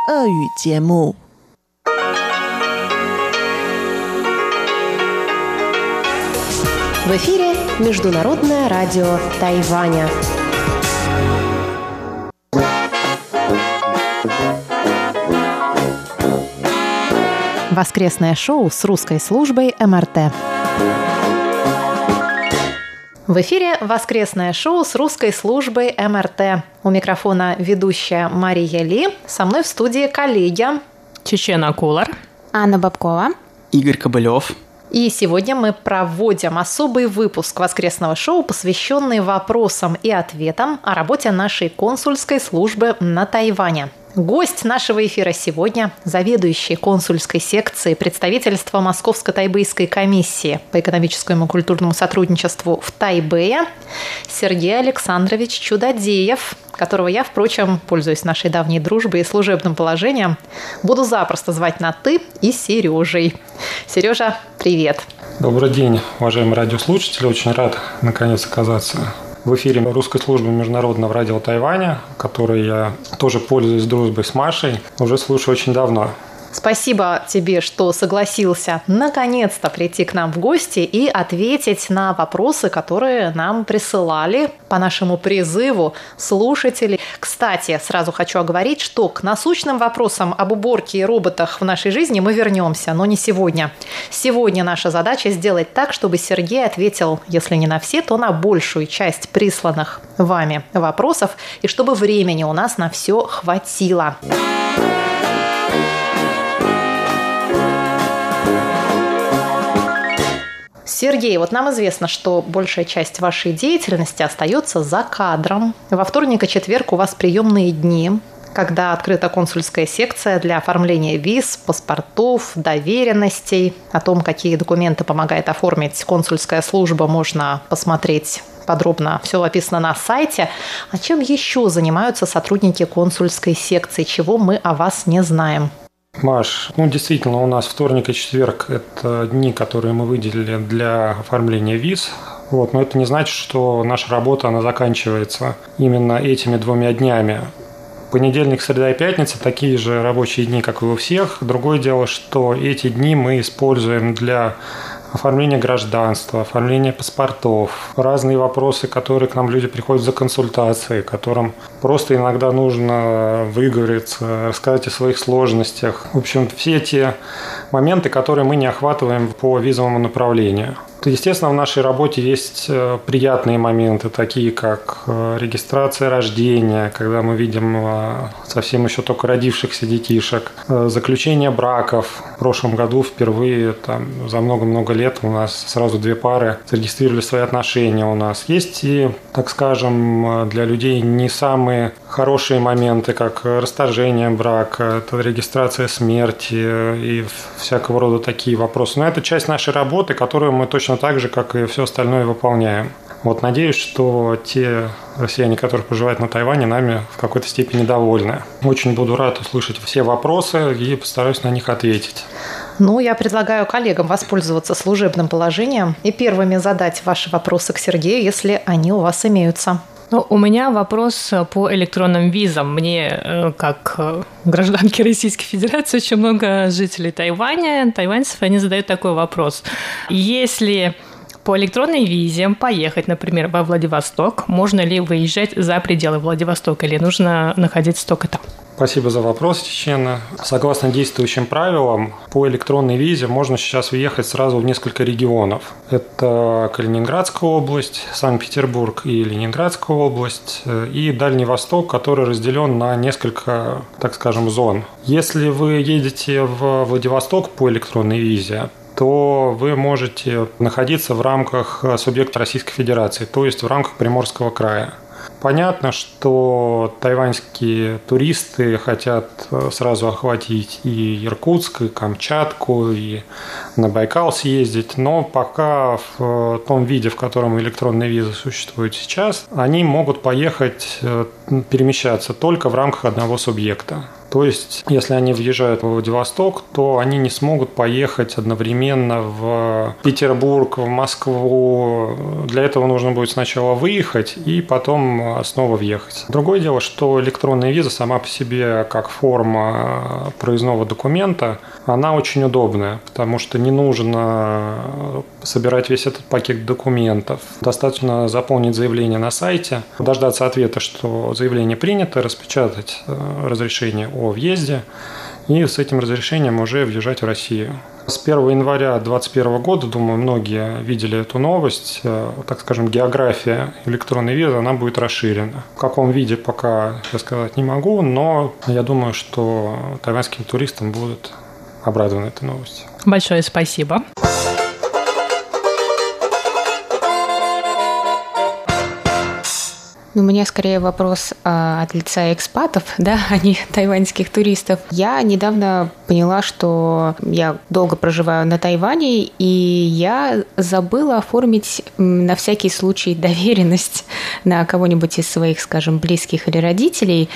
俄语节目。 В эфире Международное радио Тайваня. Воскресное шоу с русской службой МРТ. В эфире воскресное шоу с русской службой МРТ. У микрофона ведущая Мария Ли. Со мной в студии коллеги Чечена Кулар, Анна Бабкова, Игорь Кобылев. И сегодня мы проводим особый выпуск воскресного шоу, посвященный вопросам и ответам о работе нашей консульской службы на Тайване. Гость нашего эфира сегодня – заведующий консульской секцией представительства Московско-Тайбэйской комиссии по экономическому и культурному сотрудничеству в Тайбэе Сергей Александрович Чудодеев, которого я, впрочем, пользуясь нашей давней дружбой и служебным положением, буду запросто звать на «ты» и Сережей. Сережа, привет! Добрый день, уважаемые радиослушатели. Очень рад, наконец, оказаться в эфире русской службы Международного радио Тайваня, которой я тоже пользуюсь дружбой с Машей, уже слушаю очень давно. Спасибо тебе, что согласился наконец-то прийти к нам в гости и ответить на вопросы, которые нам присылали по нашему призыву слушателей. Кстати, сразу хочу оговорить, что к насущным вопросам об уборке и роботах в нашей жизни мы вернемся, но не сегодня. Сегодня наша задача сделать так, чтобы Сергей ответил, если не на все, то на большую часть присланных вами вопросов, и чтобы времени у нас на все хватило. Сергей, вот нам известно, что большая часть вашей деятельности остается за кадром. Во вторник и четверг у вас приемные дни, когда открыта консульская секция для оформления виз, паспортов, доверенностей. О том, какие документы помогает оформить консульская служба, можно посмотреть подробно. Все описано на сайте. А чем еще занимаются сотрудники консульской секции, чего мы о вас не знаем? Маш, действительно, у нас вторник и четверг – это дни, которые мы выделили для оформления виз. Но это не значит, что наша работа, она заканчивается именно этими двумя днями. Понедельник, среда и пятница – такие же рабочие дни, как и у всех. Другое дело, что эти дни мы используем для оформления гражданства, оформления паспортов, разные вопросы, которые к нам люди приходят за консультацией, которым просто иногда нужно выговориться, рассказать о своих сложностях. В общем, все те моменты, которые мы не охватываем по визовому направлению. Естественно, в нашей работе есть приятные моменты, такие как регистрация рождения, когда мы видим совсем еще только родившихся детишек, заключение браков. В прошлом году впервые за много-много лет у нас сразу 2 пары зарегистрировали свои отношения у нас. Есть и, так скажем, для людей не самые хорошие моменты, как расторжение брака, это регистрация смерти и всякого рода такие вопросы. Но это часть нашей работы, которую мы точно так же, как и все остальное, выполняем. Надеюсь, что те россияне, которые проживают на Тайване, нами в какой-то степени довольны. Очень буду рад услышать все вопросы и постараюсь на них ответить. Я предлагаю коллегам воспользоваться служебным положением и первыми задать ваши вопросы к Сергею, если они у вас имеются. У меня вопрос по электронным визам. Мне, как гражданке Российской Федерации, очень много жителей Тайваня, тайваньцев, они задают такой вопрос. Если по электронной визе поехать, например, во Владивосток, можно ли выезжать за пределы Владивостока или нужно находиться только там? Спасибо за вопрос, Чечена. Согласно действующим правилам, по электронной визе можно сейчас въехать сразу в несколько регионов. Это Калининградская область, Санкт-Петербург и Ленинградская область, и Дальний Восток, который разделен на несколько, так скажем, зон. Если вы едете в Владивосток по электронной визе, то вы можете находиться в рамках субъекта Российской Федерации, то есть в рамках Приморского края. Понятно, что тайваньские туристы хотят сразу охватить и Иркутск, и Камчатку, и на Байкал съездить, но пока в том виде, в котором электронные визы существуют сейчас, они могут поехать, перемещаться только в рамках одного субъекта. То есть, если они въезжают в Владивосток, то они не смогут поехать одновременно в Петербург, в Москву. Для этого нужно будет сначала выехать и потом снова въехать. Другое дело, что электронная виза сама по себе, как форма проездного документа, она очень удобная, потому что не нужно собирать весь этот пакет документов. Достаточно заполнить заявление на сайте, дождаться ответа, что заявление принято, распечатать разрешение о въезде и с этим разрешением уже въезжать в Россию. С 1 января 2021 года, думаю, многие видели эту новость, так скажем, география электронной визы, она будет расширена. В каком виде пока я сказать не могу, но я думаю, что тайваньским туристам будут обрадованы этой новостью. Большое спасибо. У меня скорее вопрос от лица экспатов, да, а не тайваньских туристов. Я недавно поняла, что я долго проживаю на Тайване, и я забыла оформить на всякий случай доверенность на кого-нибудь из своих, скажем, близких или родителей.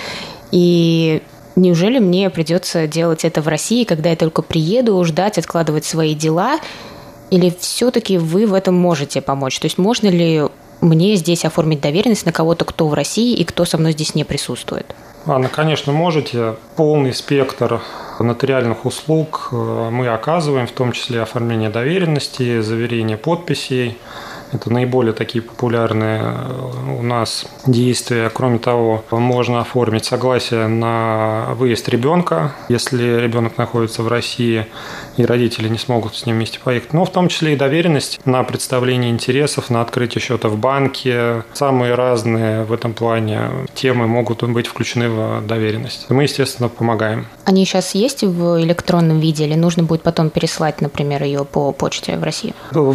И неужели мне придется делать это в России, когда я только приеду, ждать, откладывать свои дела? Или все-таки вы в этом можете помочь? То есть можно ли мне здесь оформить доверенность на кого-то, кто в России и кто со мной здесь не присутствует? Анна, конечно, можете. Полный спектр нотариальных услуг мы оказываем, в том числе оформление доверенности, заверение подписей. Это наиболее такие популярные у нас действия. Кроме того, можно оформить согласие на выезд ребенка, если ребенок находится в России и родители не смогут с ним вместе поехать. Но в том числе и доверенность на представление интересов, на открытие счета в банке. Самые разные в этом плане темы могут быть включены в доверенность. Мы, естественно, помогаем. Они сейчас есть в электронном виде или нужно будет потом переслать, например, ее по почте в Россию?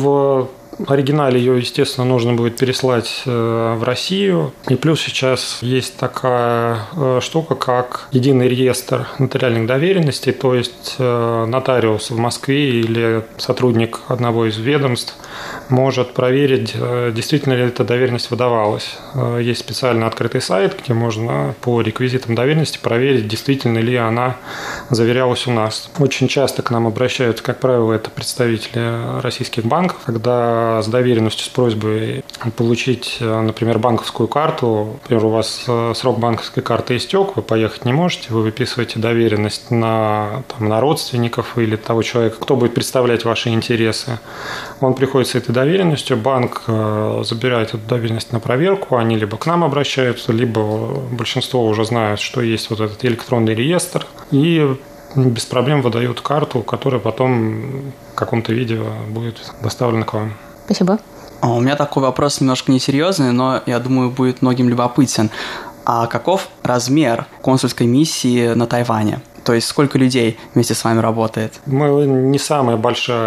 В оригинале ее, естественно, нужно будет переслать в Россию. И плюс сейчас есть такая штука, как единый реестр нотариальных доверенностей, то есть нотариус в Москве или сотрудник одного из ведомств может проверить, действительно ли эта доверенность выдавалась. Есть специально открытый сайт, где можно по реквизитам доверенности проверить, действительно ли она заверялась у нас. Очень часто к нам обращаются, как правило, это представители российских банков, когда с доверенностью, с просьбой получить, например, банковскую карту. Например, у вас срок банковской карты истек, вы поехать не можете, вы выписываете доверенность на родственников или того человека, кто будет представлять ваши интересы. Он приходит с этой доверенностью, банк забирает эту доверенность на проверку, они либо к нам обращаются, либо большинство уже знают, что есть вот этот электронный реестр, и без проблем выдают карту, которая потом в каком-то виде будет доставлена к вам. Спасибо. У меня такой вопрос немножко несерьезный, но, я думаю, будет многим любопытен. А каков размер консульской миссии на Тайване? То есть сколько людей вместе с вами работает? Мы не самая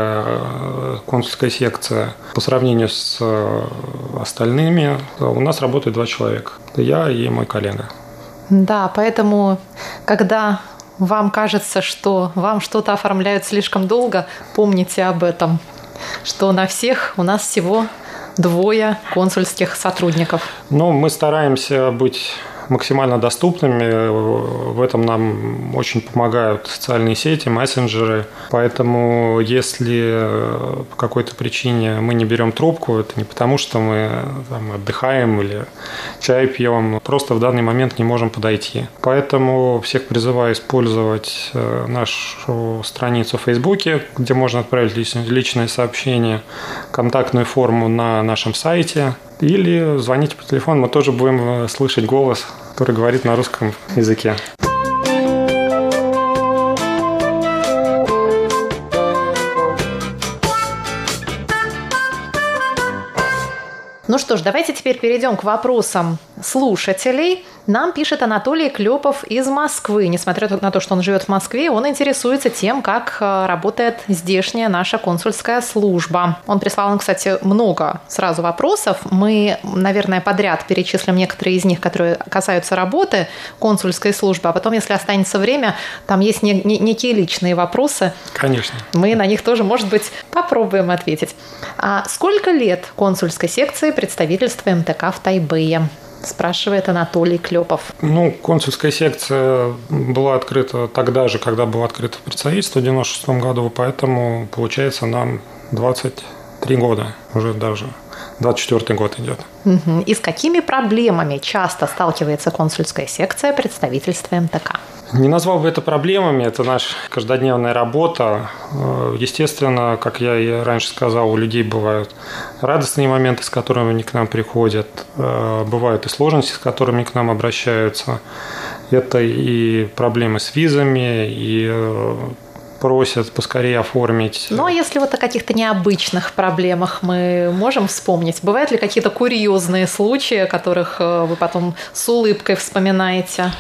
большая консульская секция по сравнению с остальными. У нас работает 2 человека. Это я и мой коллега. Да, поэтому, когда вам кажется, что вам что-то оформляют слишком долго, помните об этом, что на всех у нас всего 2 консульских сотрудников. Мы стараемся быть максимально доступными. В этом нам очень помогают социальные сети, мессенджеры. Поэтому, если по какой-то причине мы не берем трубку, это не потому, что мы отдыхаем или чай пьем, просто в данный момент не можем подойти. Поэтому всех призываю использовать нашу страницу в Фейсбуке, где можно отправить личные сообщения, контактную форму на нашем сайте, или звоните по телефону, мы тоже будем слышать голос, который говорит на русском языке. Ну что ж, давайте теперь перейдем к вопросам слушателей. Нам пишет Анатолий Клепов из Москвы. Несмотря на то, что он живет в Москве, он интересуется тем, как работает здешняя наша консульская служба. Он прислал нам, кстати, много сразу вопросов. Мы, наверное, подряд перечислим некоторые из них, которые касаются работы консульской службы. А потом, если останется время, там есть некие личные вопросы. Конечно. Мы на них тоже, может быть, попробуем ответить. А сколько лет консульской секции представительства МТК в Тайбэе? Спрашивает Анатолий Клепов. Консульская секция была открыта тогда же, когда было открыто представительство в 1996 году, поэтому, получается, нам 23 года, уже даже 24-й год идет. И с какими проблемами часто сталкивается консульская секция представительства МТК? Не назвал бы это проблемами, это наша каждодневная работа. Естественно, как я и раньше сказал, у людей бывают радостные моменты, с которыми они к нам приходят, бывают и сложности, с которыми к нам обращаются. Это и проблемы с визами, и просят поскорее оформить. Ну, а если вот о каких-то необычных проблемах мы можем вспомнить? Бывают ли какие-то курьезные случаи, о которых вы потом с улыбкой вспоминаете?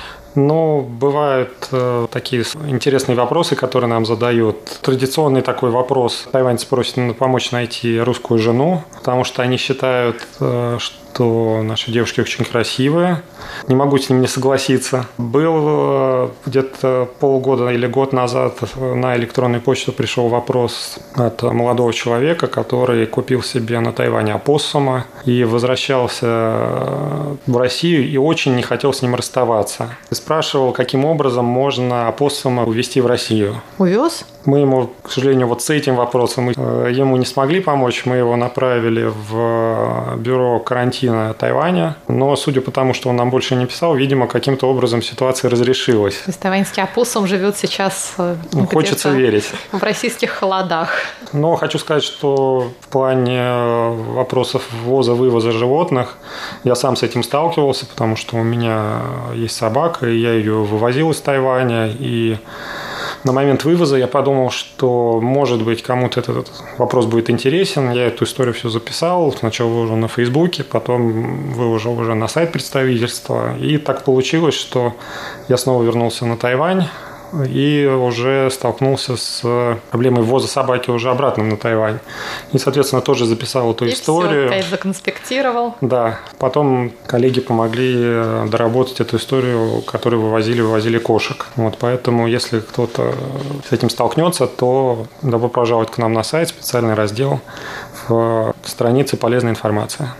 Бывают такие интересные вопросы, которые нам задают. Традиционный такой вопрос. Тайваньцы просят помочь найти русскую жену, потому что они считают, что наши девушки очень красивые. Не могу с ним не согласиться. Был где-то полгода или год назад на электронную почту пришел вопрос от молодого человека, который купил себе на Тайване опоссума и возвращался в Россию и очень не хотел с ним расставаться. И спрашивал, каким образом можно опоссума увезти в Россию. Увез? Мы ему, к сожалению, вот с этим вопросом ему не смогли помочь. Мы его направили в бюро карантина Тайваня. Но, судя по тому, что он нам больше не писал, видимо, каким-то образом ситуация разрешилась. То есть тайваньский опоссум живет сейчас хочется верить. В российских холодах. Но хочу сказать, что в плане вопросов ввоза-вывоза животных я сам с этим сталкивался, потому что у меня есть собака, и я ее вывозил из Тайваня, и на момент вывоза я подумал, что, может быть, кому-то этот вопрос будет интересен. Я эту историю все записал. Сначала выложил на Фейсбуке, потом выложил уже на сайт представительства. И так получилось, что я снова вернулся на Тайвань и уже столкнулся с проблемой ввоза собаки уже обратно на Тайвань. И, соответственно, тоже записал эту историю. И все, опять законспектировал. Да. Потом коллеги помогли доработать эту историю, которую вывозили кошек. Поэтому, если кто-то с этим столкнется, то добро пожаловать к нам на сайт, специальный раздел в странице «Полезная информация».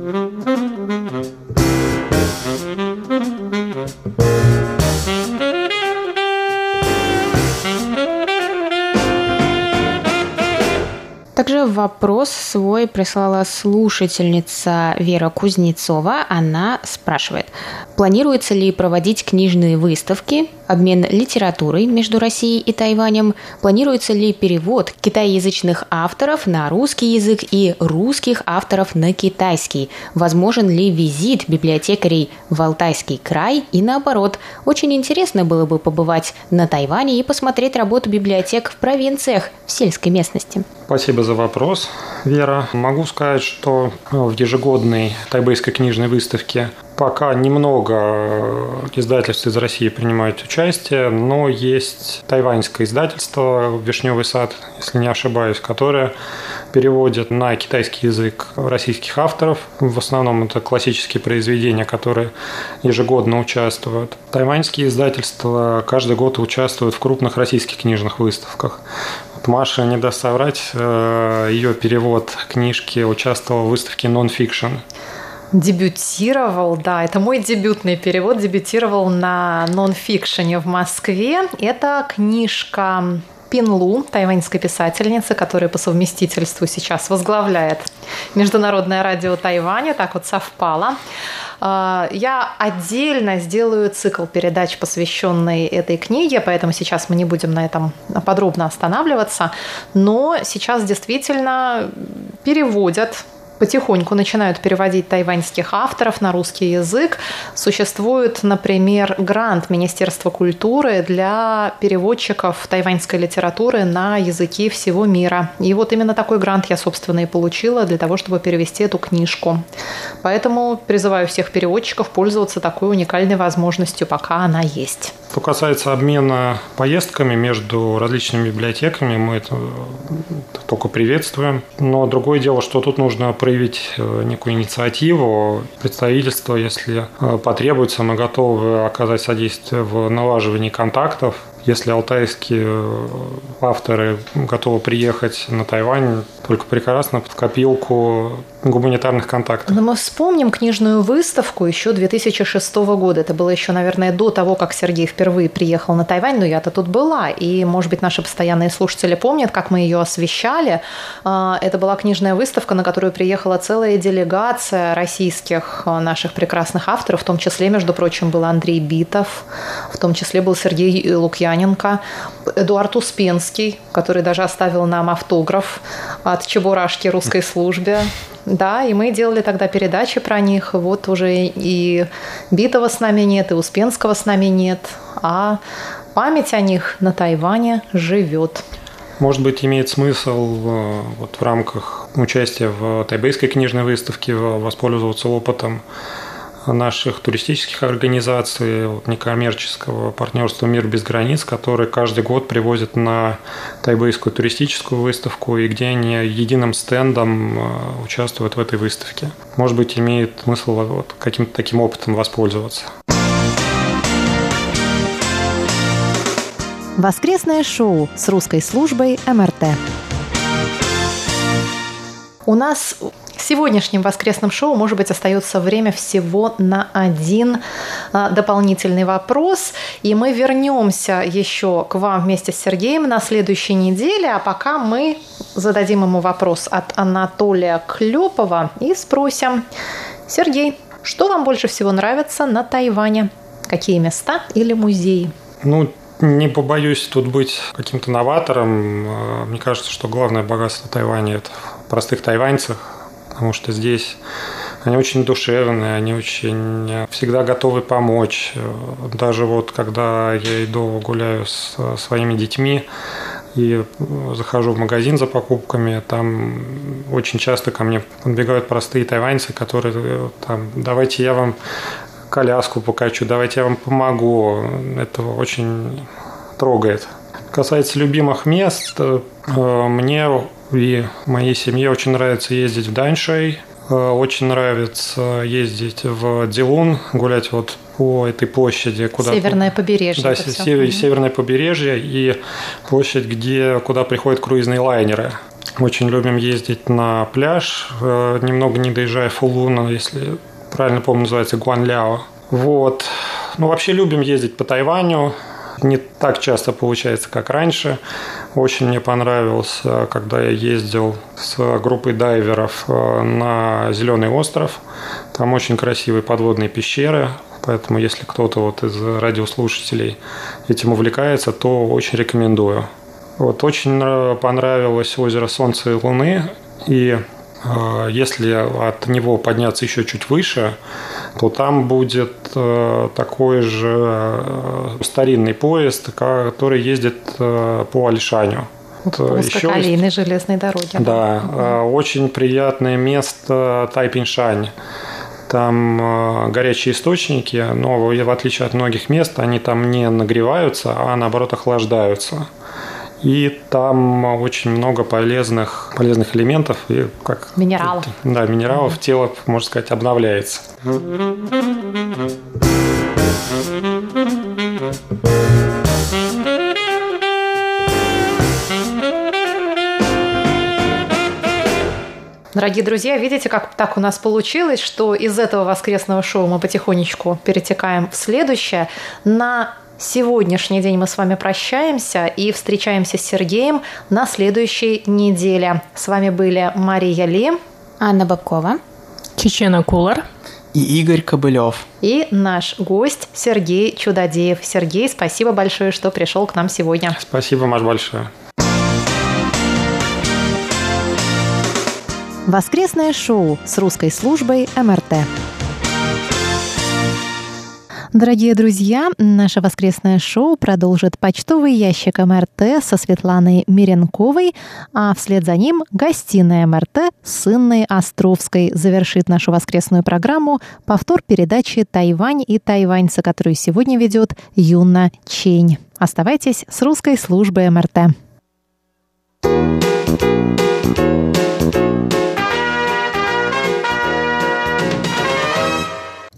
Также вопрос свой прислала слушательница Вера Кузнецова. Она спрашивает, планируется ли проводить книжные выставки, обмен литературой между Россией и Тайванем, планируется ли перевод китайязычных авторов на русский язык и русских авторов на китайский, возможен ли визит библиотекарей в Алтайский край и наоборот. Очень интересно было бы побывать на Тайване и посмотреть работу библиотек в провинциях, в сельской местности. Спасибо за вопрос, Вера. Могу сказать, что в ежегодной тайбэйской книжной выставке пока немного издательств из России принимают участие, но есть тайваньское издательство «Вишневый сад», если не ошибаюсь, которое переводит на китайский язык российских авторов. В основном это классические произведения, которые ежегодно участвуют. Тайваньские издательства каждый год участвуют в крупных российских книжных выставках. Маша не даст соврать, ее перевод книжки участвовал в выставке «Нон-фикшн». Дебютировал, да, это мой дебютный перевод, дебютировал на нон-фикшене в Москве. Это книжка Пин Лу, тайваньской писательницы, которая по совместительству сейчас возглавляет Международное радио Тайваня, так вот совпало. Я отдельно сделаю цикл передач, посвященный этой книге, поэтому сейчас мы не будем на этом подробно останавливаться, но сейчас действительно переводят, потихоньку начинают переводить тайваньских авторов на русский язык. Существует, например, грант Министерства культуры для переводчиков тайваньской литературы на языки всего мира. И вот именно такой грант я, собственно, и получила для того, чтобы перевести эту книжку. Поэтому призываю всех переводчиков пользоваться такой уникальной возможностью, пока она есть. Что касается обмена поездками между различными библиотеками, мы это только приветствуем. Но другое дело, что тут нужно проявить некую инициативу. Представительство, если потребуется, мы готовы оказать содействие в налаживании контактов. Если алтайские авторы готовы приехать на Тайвань, только прекрасно в копилку гуманитарных контактов. Но мы вспомним книжную выставку еще 2006 года. Это было еще, наверное, до того, как Сергей впервые приехал на Тайвань, но я-то тут была. И, может быть, наши постоянные слушатели помнят, как мы ее освещали. Это была книжная выставка, на которую приехала целая делегация российских наших прекрасных авторов, в том числе, между прочим, был Андрей Битов, в том числе был Сергей Лукьяненко, Эдуард Успенский, который даже оставил нам автограф от Чебурашки русской службе. Да, и мы делали тогда передачи про них. Вот уже и Битова с нами нет, и Успенского с нами нет, а память о них на Тайване живет. Может быть, имеет смысл вот в рамках участия в тайбэйской книжной выставке воспользоваться опытом наших туристических организаций, некоммерческого партнерства «Мир без границ», которые каждый год привозят на тайбэйскую туристическую выставку, и где они единым стендом участвуют в этой выставке. Может быть, имеет смысл вот каким-то таким опытом воспользоваться. Воскресное шоу с русской службой МРТ. У нас в сегодняшнем воскресном шоу, может быть, остается время всего на один дополнительный вопрос. И мы вернемся еще к вам вместе с Сергеем на следующей неделе. А пока мы зададим ему вопрос от Анатолия Клепова и спросим: Сергей, что вам больше всего нравится на Тайване? Какие места или музеи? Не побоюсь тут быть каким-то новатором. Мне кажется, что главное богатство Тайваня – это в простых тайваньцах, потому что здесь они очень душевные, они очень всегда готовы помочь. Даже вот когда я иду гуляю с своими детьми и захожу в магазин за покупками, там очень часто ко мне подбегают простые тайваньцы, которые там: давайте я вам коляску покачу, давайте я вам помогу. Это очень трогает. Касается любимых мест, мне и моей семье очень нравится ездить в Даньшэй, очень нравится ездить в Дилун, гулять вот по этой площади. Северное побережье. Да, северное побережье и площадь, куда приходят круизные лайнеры. Очень любим ездить на пляж, немного не доезжая Фулуна, если правильно помню, называется Гуанляо. Вот. Вообще любим ездить по Тайваню. Не так часто получается, как раньше. Очень мне понравилось, когда я ездил с группой дайверов на Зеленый остров. Там очень красивые подводные пещеры. Поэтому, если кто-то вот из радиослушателей этим увлекается, то очень рекомендую. Вот. Очень понравилось озеро Солнца и Луны. И если от него подняться еще чуть выше, то там будет такой же старинный поезд, который ездит по Алишаню. По узкоколейной железной дороге. Да, очень приятное место Тайпиншань. Там горячие источники, но в отличие от многих мест, они там не нагреваются, а наоборот охлаждаются. И там очень много полезных элементов. И как минералов. Да, минералов. Тело, можно сказать, обновляется. Дорогие друзья, видите, как так у нас получилось, что из этого воскресного шоу мы потихонечку перетекаем в следующее. На сегодняшний день мы с вами прощаемся и встречаемся с Сергеем на следующей неделе. С вами были Мария Ли, Анна Бабкова, Чечена Кулар и Игорь Кобылев. И наш гость Сергей Чудодеев. Сергей, спасибо большое, что пришел к нам сегодня. Спасибо, Маш, большое. Воскресное шоу с русской службой МРТ. Дорогие друзья, наше воскресное шоу продолжит почтовый ящик МРТ со Светланой Миренковой, а вслед за ним гостиная МРТ с Инной Островской завершит нашу воскресную программу повтор передачи «Тайвань и тайваньцы», которую сегодня ведет Юна Чень. Оставайтесь с русской службой МРТ.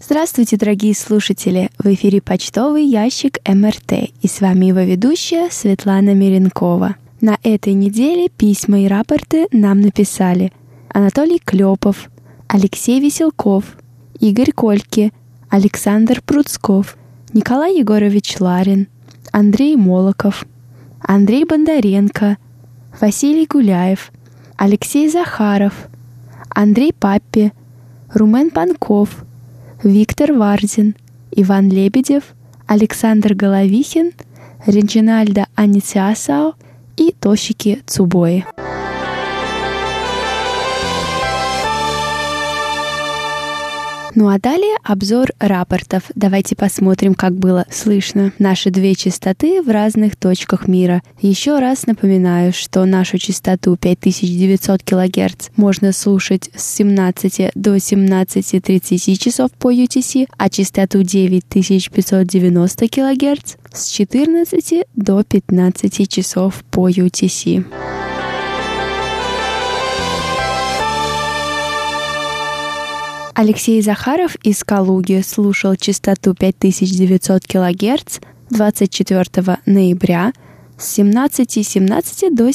Здравствуйте, дорогие слушатели! В эфире почтовый ящик МРТ, и с вами его ведущая Светлана Миренкова. На этой неделе письма и рапорты нам написали Анатолий Клепов, Алексей Веселков, Игорь Кольки, Александр Пруцков, Николай Егорович Ларин, Андрей Молоков, Андрей Бондаренко, Василий Гуляев, Алексей Захаров, Андрей Паппи, Румен Панков, Виктор Варзин, Иван Лебедев, Александр Головихин, Реджинальдо Аницясао и Тошики Цубои. Ну а далее обзор рапортов. Давайте посмотрим, как было слышно наши две частоты в разных точках мира. Еще раз напоминаю, что нашу частоту 5900 кГц можно слушать с 17 до 17:30 часов по UTC, а частоту 9590 кГц с 14 до 15 часов по UTC. Алексей Захаров из Калуги слушал частоту 5900 кГц 24 ноября с 17:17 до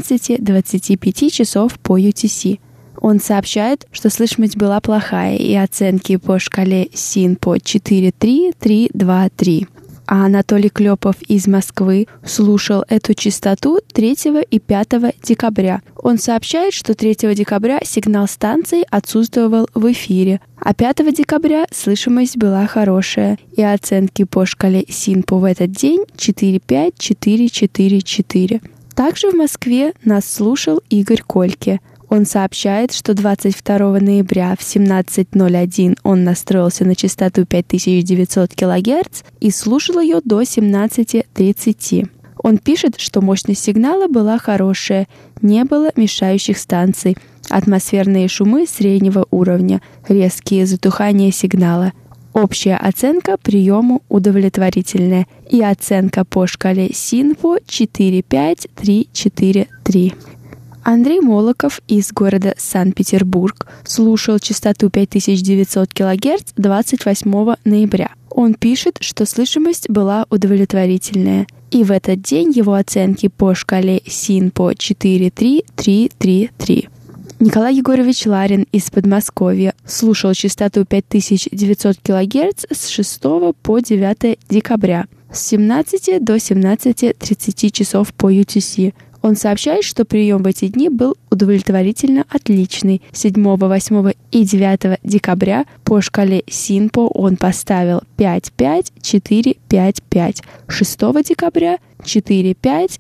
17:25 часов по UTC. Он сообщает, что слышимость была плохая и оценки по шкале СИНПО 4.3, 3.2, 3. А Анатолий Клепов из Москвы слушал эту частоту 3 и 5 декабря. Он сообщает, что 3 декабря сигнал станции отсутствовал в эфире, а 5 декабря слышимость была хорошая, и оценки по шкале СИНПО в этот день 4.5, 4.4, 4. Также в Москве нас слушал Игорь Кольки. Он сообщает, что 22 ноября в 17:01 он настроился на частоту 5900 кГц и слушал ее до 17:30. Он пишет, что мощность сигнала была хорошая, не было мешающих станций, атмосферные шумы среднего уровня, резкие затухания сигнала. Общая оценка приему удовлетворительная и оценка по шкале СИНПО 4.5, 3.4, 3. Андрей Молоков из города Санкт-Петербург слушал частоту 5900 кГц 28 ноября. Он пишет, что слышимость была удовлетворительная, и в этот день его оценки по шкале СИНПО 4.3, 3.3, 3. Николай Егорович Ларин из Подмосковья слушал частоту 5900 кГц с 6 по 9 декабря с 17 до 17:30 часов по UTC. Он сообщает, что прием в эти дни был удовлетворительно отличный. 7, 8 и 9 декабря по шкале СИНПО он поставил 5-5, 4-5-5. 6 декабря 4-5,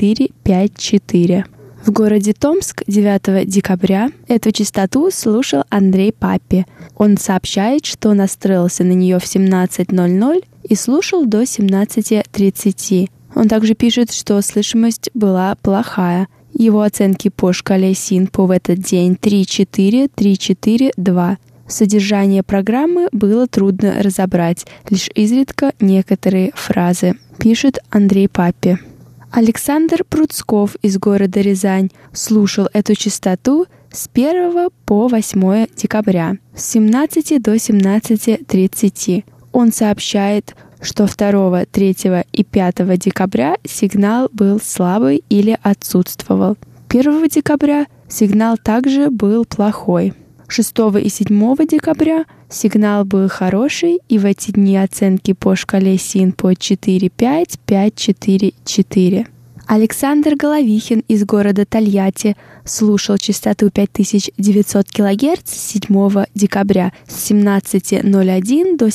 4-5-4. В городе Томск 9 декабря эту частоту слушал Андрей Паппи. Он сообщает, что настроился на нее в 17:00 и слушал до 17:30. Он также пишет, что слышимость была плохая. Его оценки по шкале СИНПО в этот день 3.4, 3.4, 2. Содержание программы было трудно разобрать, лишь изредка некоторые фразы, пишет Андрей Паппи. Александр Пруцков из города Рязань слушал эту частоту с 1 по 8 декабря с 17 до 17:30. Он сообщает, что 2, 3 и 5 декабря сигнал был слабый или отсутствовал. 1 декабря сигнал также был плохой. 6 и 7 декабря сигнал был хороший, и в эти дни оценки по шкале СИНПО 4.5, 5.4, 4. Александр Головихин из города Тольятти слушал частоту 5900 кГц с 7 декабря с 17:01 до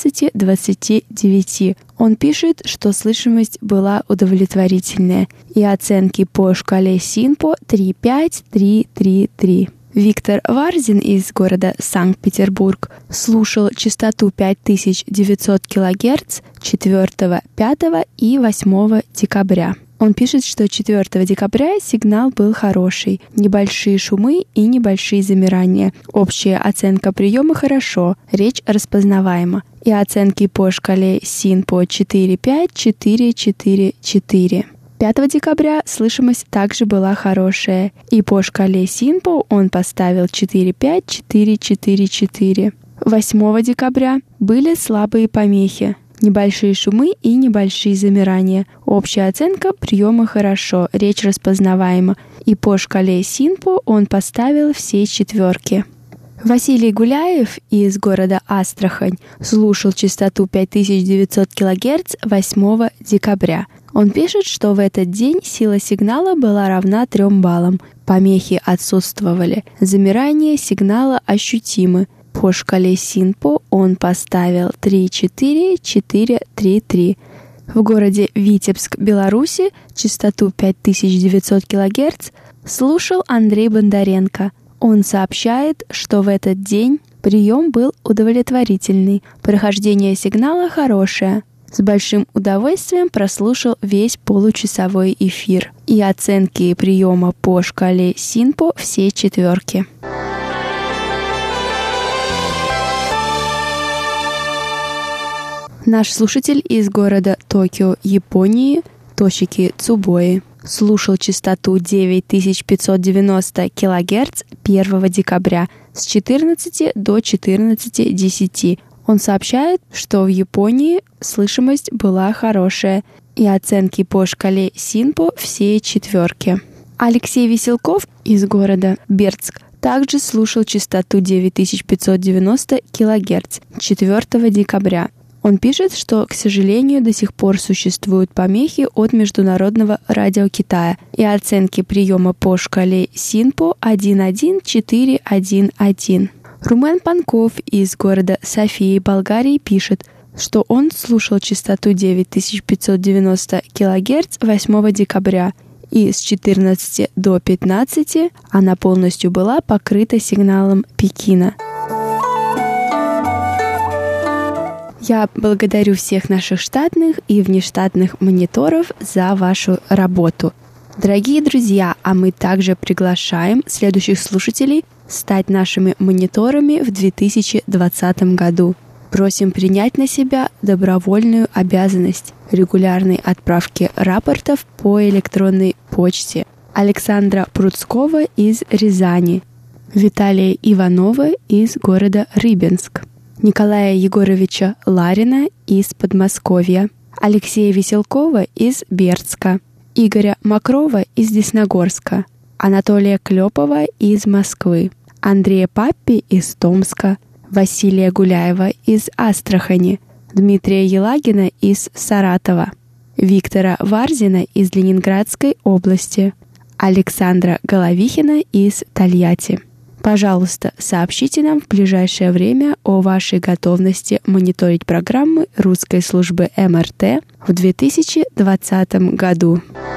17:29. Он пишет, что слышимость была удовлетворительная, и оценки по шкале СИНПО 3.5, 3.3.3. Виктор Варзин из города Санкт-Петербург слушал частоту 5900 кГц 4, 5 и 8 декабря. Он пишет, что 4 декабря сигнал был хороший, небольшие шумы и небольшие замирания. Общая оценка приема хорошо, речь распознаваема. И оценки по шкале СИНПО 4.5, 4.4, 4. 5 декабря слышимость также была хорошая, и по шкале СИНПО он поставил 4.5, 4.4, 4. 8 декабря были слабые помехи, небольшие шумы и небольшие замирания. Общая оценка приема хорошо, речь распознаваема. И по шкале СИНПО он поставил все 4. Василий Гуляев из города Астрахань слушал частоту 5900 кГц 8 декабря. Он пишет, что в этот день сила сигнала была равна 3 баллам. Помехи отсутствовали. Замирание сигнала ощутимы. По шкале СИНПО он поставил 3,4, 4,3,3. В городе Витебск, Беларуси, частоту 5900 кГц слушал Андрей Бондаренко. Он сообщает, что в этот день прием был удовлетворительный, прохождение сигнала хорошее. С большим удовольствием прослушал весь получасовой эфир. И оценки приема по шкале СИНПО все 4. Наш слушатель из города Токио, Японии, Тошики Цубои, слушал частоту 9590 кГц 1 декабря с 14 до 14:10. Он сообщает, что в Японии слышимость была хорошая, и оценки по шкале СИНПО все 4. Алексей Веселков из города Бердск также слушал частоту 9590 кГц 4 декабря. Он пишет, что, к сожалению, до сих пор существуют помехи от Международного радио Китая, и оценки приема по шкале СИНПО 1.1.4.1.1. Румен Панков из города Софии, Болгарии, пишет, что он слушал частоту 9590 кГц 8 декабря, и с 14 до 15 она полностью была покрыта сигналом Пекина. Я благодарю всех наших штатных и внештатных мониторов за вашу работу. Дорогие друзья, а мы также приглашаем следующих слушателей стать нашими мониторами в 2020 году. Просим принять на себя добровольную обязанность регулярной отправки рапортов по электронной почте. Александра Пруцкова из Рязани, Виталия Иванова из города Рыбинск, Николая Егоровича Ларина из Подмосковья, Алексея Веселкова из Бердска, Игоря Мокрова из Десногорска, Анатолия Клепова из Москвы, Андрея Паппи из Томска, Василия Гуляева из Астрахани, Дмитрия Елагина из Саратова, Виктора Варзина из Ленинградской области, Александра Головихина из Тольятти. Пожалуйста, сообщите нам в ближайшее время о вашей готовности мониторить программы русской службы МРТ в 2020 году.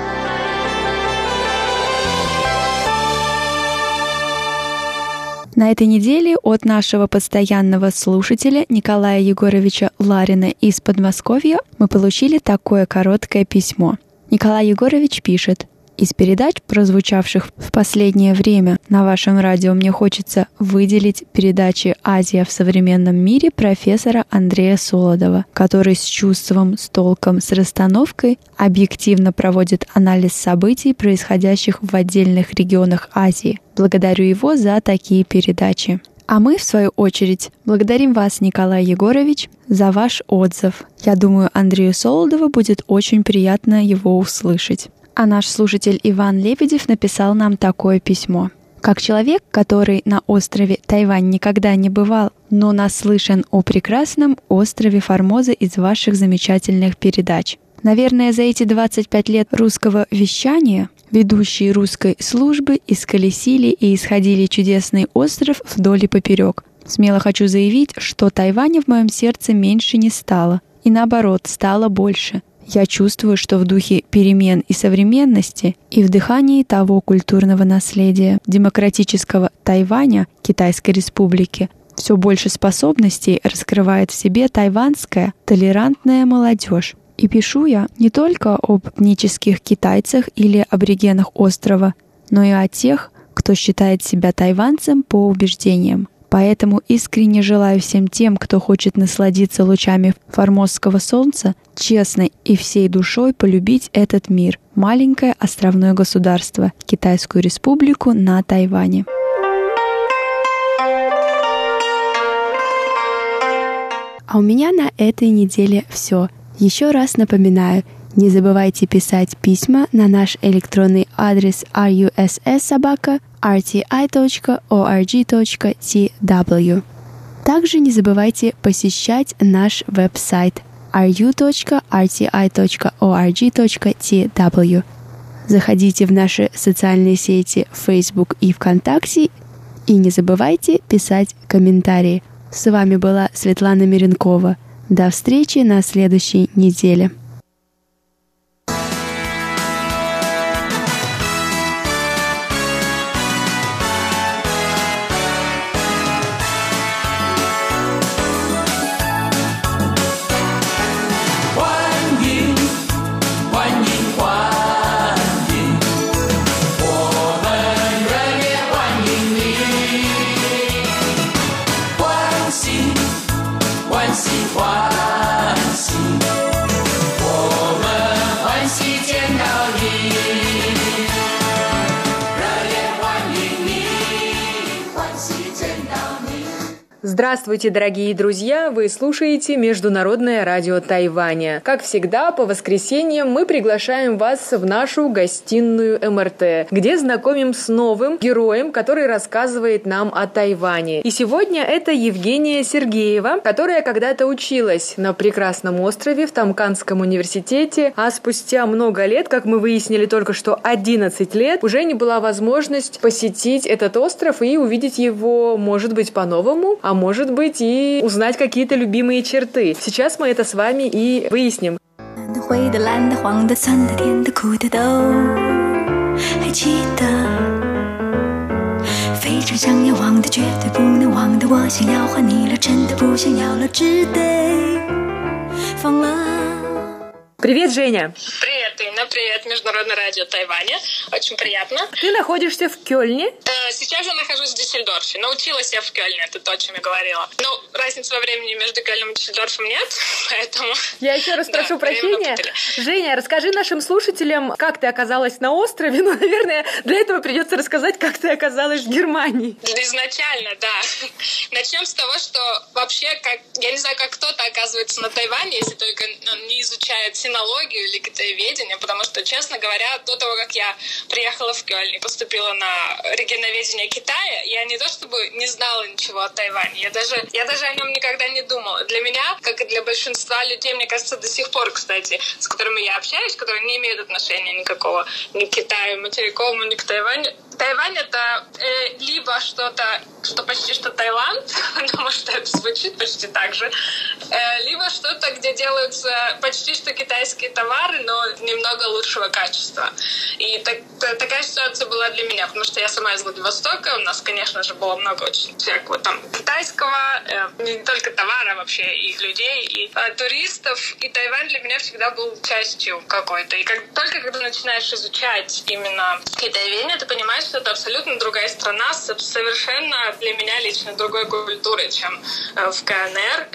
На этой неделе от нашего постоянного слушателя Николая Егоровича Ларина из Подмосковья мы получили такое короткое письмо. Николай Егорович пишет: из передач, прозвучавших в последнее время на вашем радио, мне хочется выделить передачи «Азия в современном мире» профессора Андрея Солодова, который с чувством, с толком, с расстановкой объективно проводит анализ событий, происходящих в отдельных регионах Азии. Благодарю его за такие передачи. А мы, в свою очередь, благодарим вас, Николай Егорович, за ваш отзыв. Я думаю, Андрею Солодову будет очень приятно его услышать. А наш слушатель Иван Лебедев написал нам такое письмо. Как человек, который на острове Тайвань никогда не бывал, но наслышан о прекрасном острове Формоза из ваших замечательных передач. Наверное, за эти 25 лет русского вещания ведущие русской службы исколесили и исходили чудесный остров вдоль и поперек. Смело хочу заявить, что Тайваня в моем сердце меньше не стало, и наоборот, стало больше. Я чувствую, что в духе перемен и современности и в дыхании того культурного наследия демократического Тайваня, Китайской Республики, все больше способностей раскрывает в себе тайванская толерантная молодежь. И пишу я не только об этнических китайцах или аборигенах острова, но и о тех, кто считает себя тайванцем по убеждениям. Поэтому искренне желаю всем тем, кто хочет насладиться лучами формозского солнца, честно и всей душой полюбить этот мир, маленькое островное государство, Китайскую Республику на Тайване. А у меня на этой неделе все. Еще раз напоминаю, не забывайте писать письма на наш электронный адрес russ@rti.org.tw. Также не забывайте посещать наш веб-сайт ru.rti.org.tw. Заходите в наши социальные сети Facebook и ВКонтакте и не забывайте писать комментарии. С вами была Светлана Миренкова. До встречи на следующей неделе. Здравствуйте, дорогие друзья! Вы слушаете Международное радио Тайваня. Как всегда, по воскресеньям мы приглашаем вас в нашу гостиную МРТ, где знакомим с новым героем, который рассказывает нам о Тайване. И сегодня это Евгения Сергеева, которая когда-то училась на прекрасном острове в Тамканском университете, а спустя много лет, как мы выяснили только что 11 лет, уже не была возможность посетить этот остров и увидеть его, может быть, по-новому, а может быть и узнать какие-то любимые черты. Сейчас мы это с вами и выясним. Привет, Женя! Привет, Инна, привет, Международное радио Тайваня. Очень приятно. Ты находишься в Кёльне? Сейчас я нахожусь в Дюссельдорфе. Научилась я в Кёльне, это то, о чем я говорила. Ну, разницы во времени между Кёльном и Дюссельдорфом нет, поэтому... Я еще раз прошу прощения. Женя, расскажи нашим слушателям, как ты оказалась на острове. Ну, наверное, для этого придется рассказать, как ты оказалась в Германии. Изначально, да. Начнем с того, что вообще, я не знаю, как кто-то оказывается на Тайване, если только не изучает синологию или китаеведение, потому что, честно говоря, до того, как я приехала в Кёльн и поступила на регионоведение Китая, я не то чтобы не знала ничего о Тайване, я даже о нем никогда не думала. Для меня, как и для большинства людей, мне кажется, до сих пор, кстати, с которыми я общаюсь, которые не имеют отношения никакого ни к Китаю материковому, ни к Тайваню, Тайвань — это либо что-то, что почти что Таиланд, потому что это звучит почти так же, либо что-то, где делаются почти что китайские товары, но немного лучшего качества. И такая ситуация была для меня, потому что я сама из Владивостока, у нас, конечно же, было много очень всякого там китайского, не только товара, а вообще и людей, и туристов. И Тайвань для меня всегда был частью какой-то. И только когда начинаешь изучать именно китаеведение, ты понимаешь, что это абсолютно другая страна с совершенно для меня лично другой культурой, чем в КНР.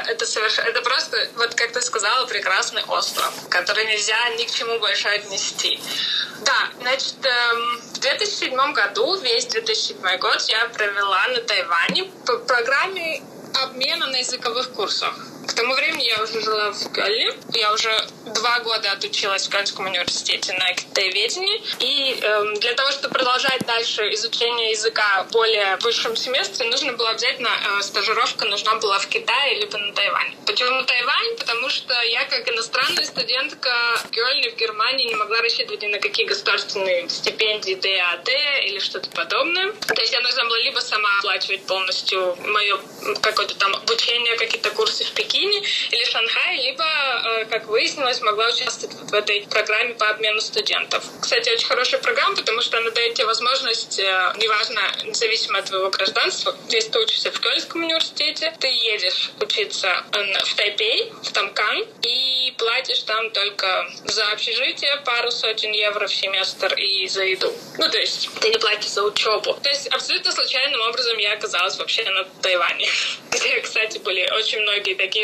Это просто, вот как ты сказала, прекрасный остров, который нельзя ни к чему больше отнести. Да, значит, в 2007 году, весь 2007 год я провела на Тайване по программе обмена на языковых курсах. К тому времени я уже жила в Кёльне. Я уже 2 года отучилась в Кёльнском университете на китаеведении. И для того, чтобы продолжать дальше изучение языка в более высшем семестре, нужно было обязательно стажировка нужна была в Китае либо на Тайване. Почему Тайвань? Потому что я, как иностранная студентка в Кёльне, в Германии, не могла рассчитывать ни на какие государственные стипендии ДАД или что-то подобное. То есть я должна была либо сама оплачивать полностью мое какое-то там обучение, какие-то курсы в Пекине или Шанхае, либо, как выяснилось, могла участвовать в этой программе по обмену студентов. Кстати, очень хорошая программа, потому что она дает тебе возможность, неважно, независимо от твоего гражданства, если ты учишься в Кёльнском университете, ты едешь учиться в Тайпей, в Тамкан, и платишь там только за общежитие пару сотен евро в семестр и за еду. Ну, то есть ты не платишь за учебу. То есть абсолютно случайным образом я оказалась вообще на Тайване, где, кстати, были очень многие такие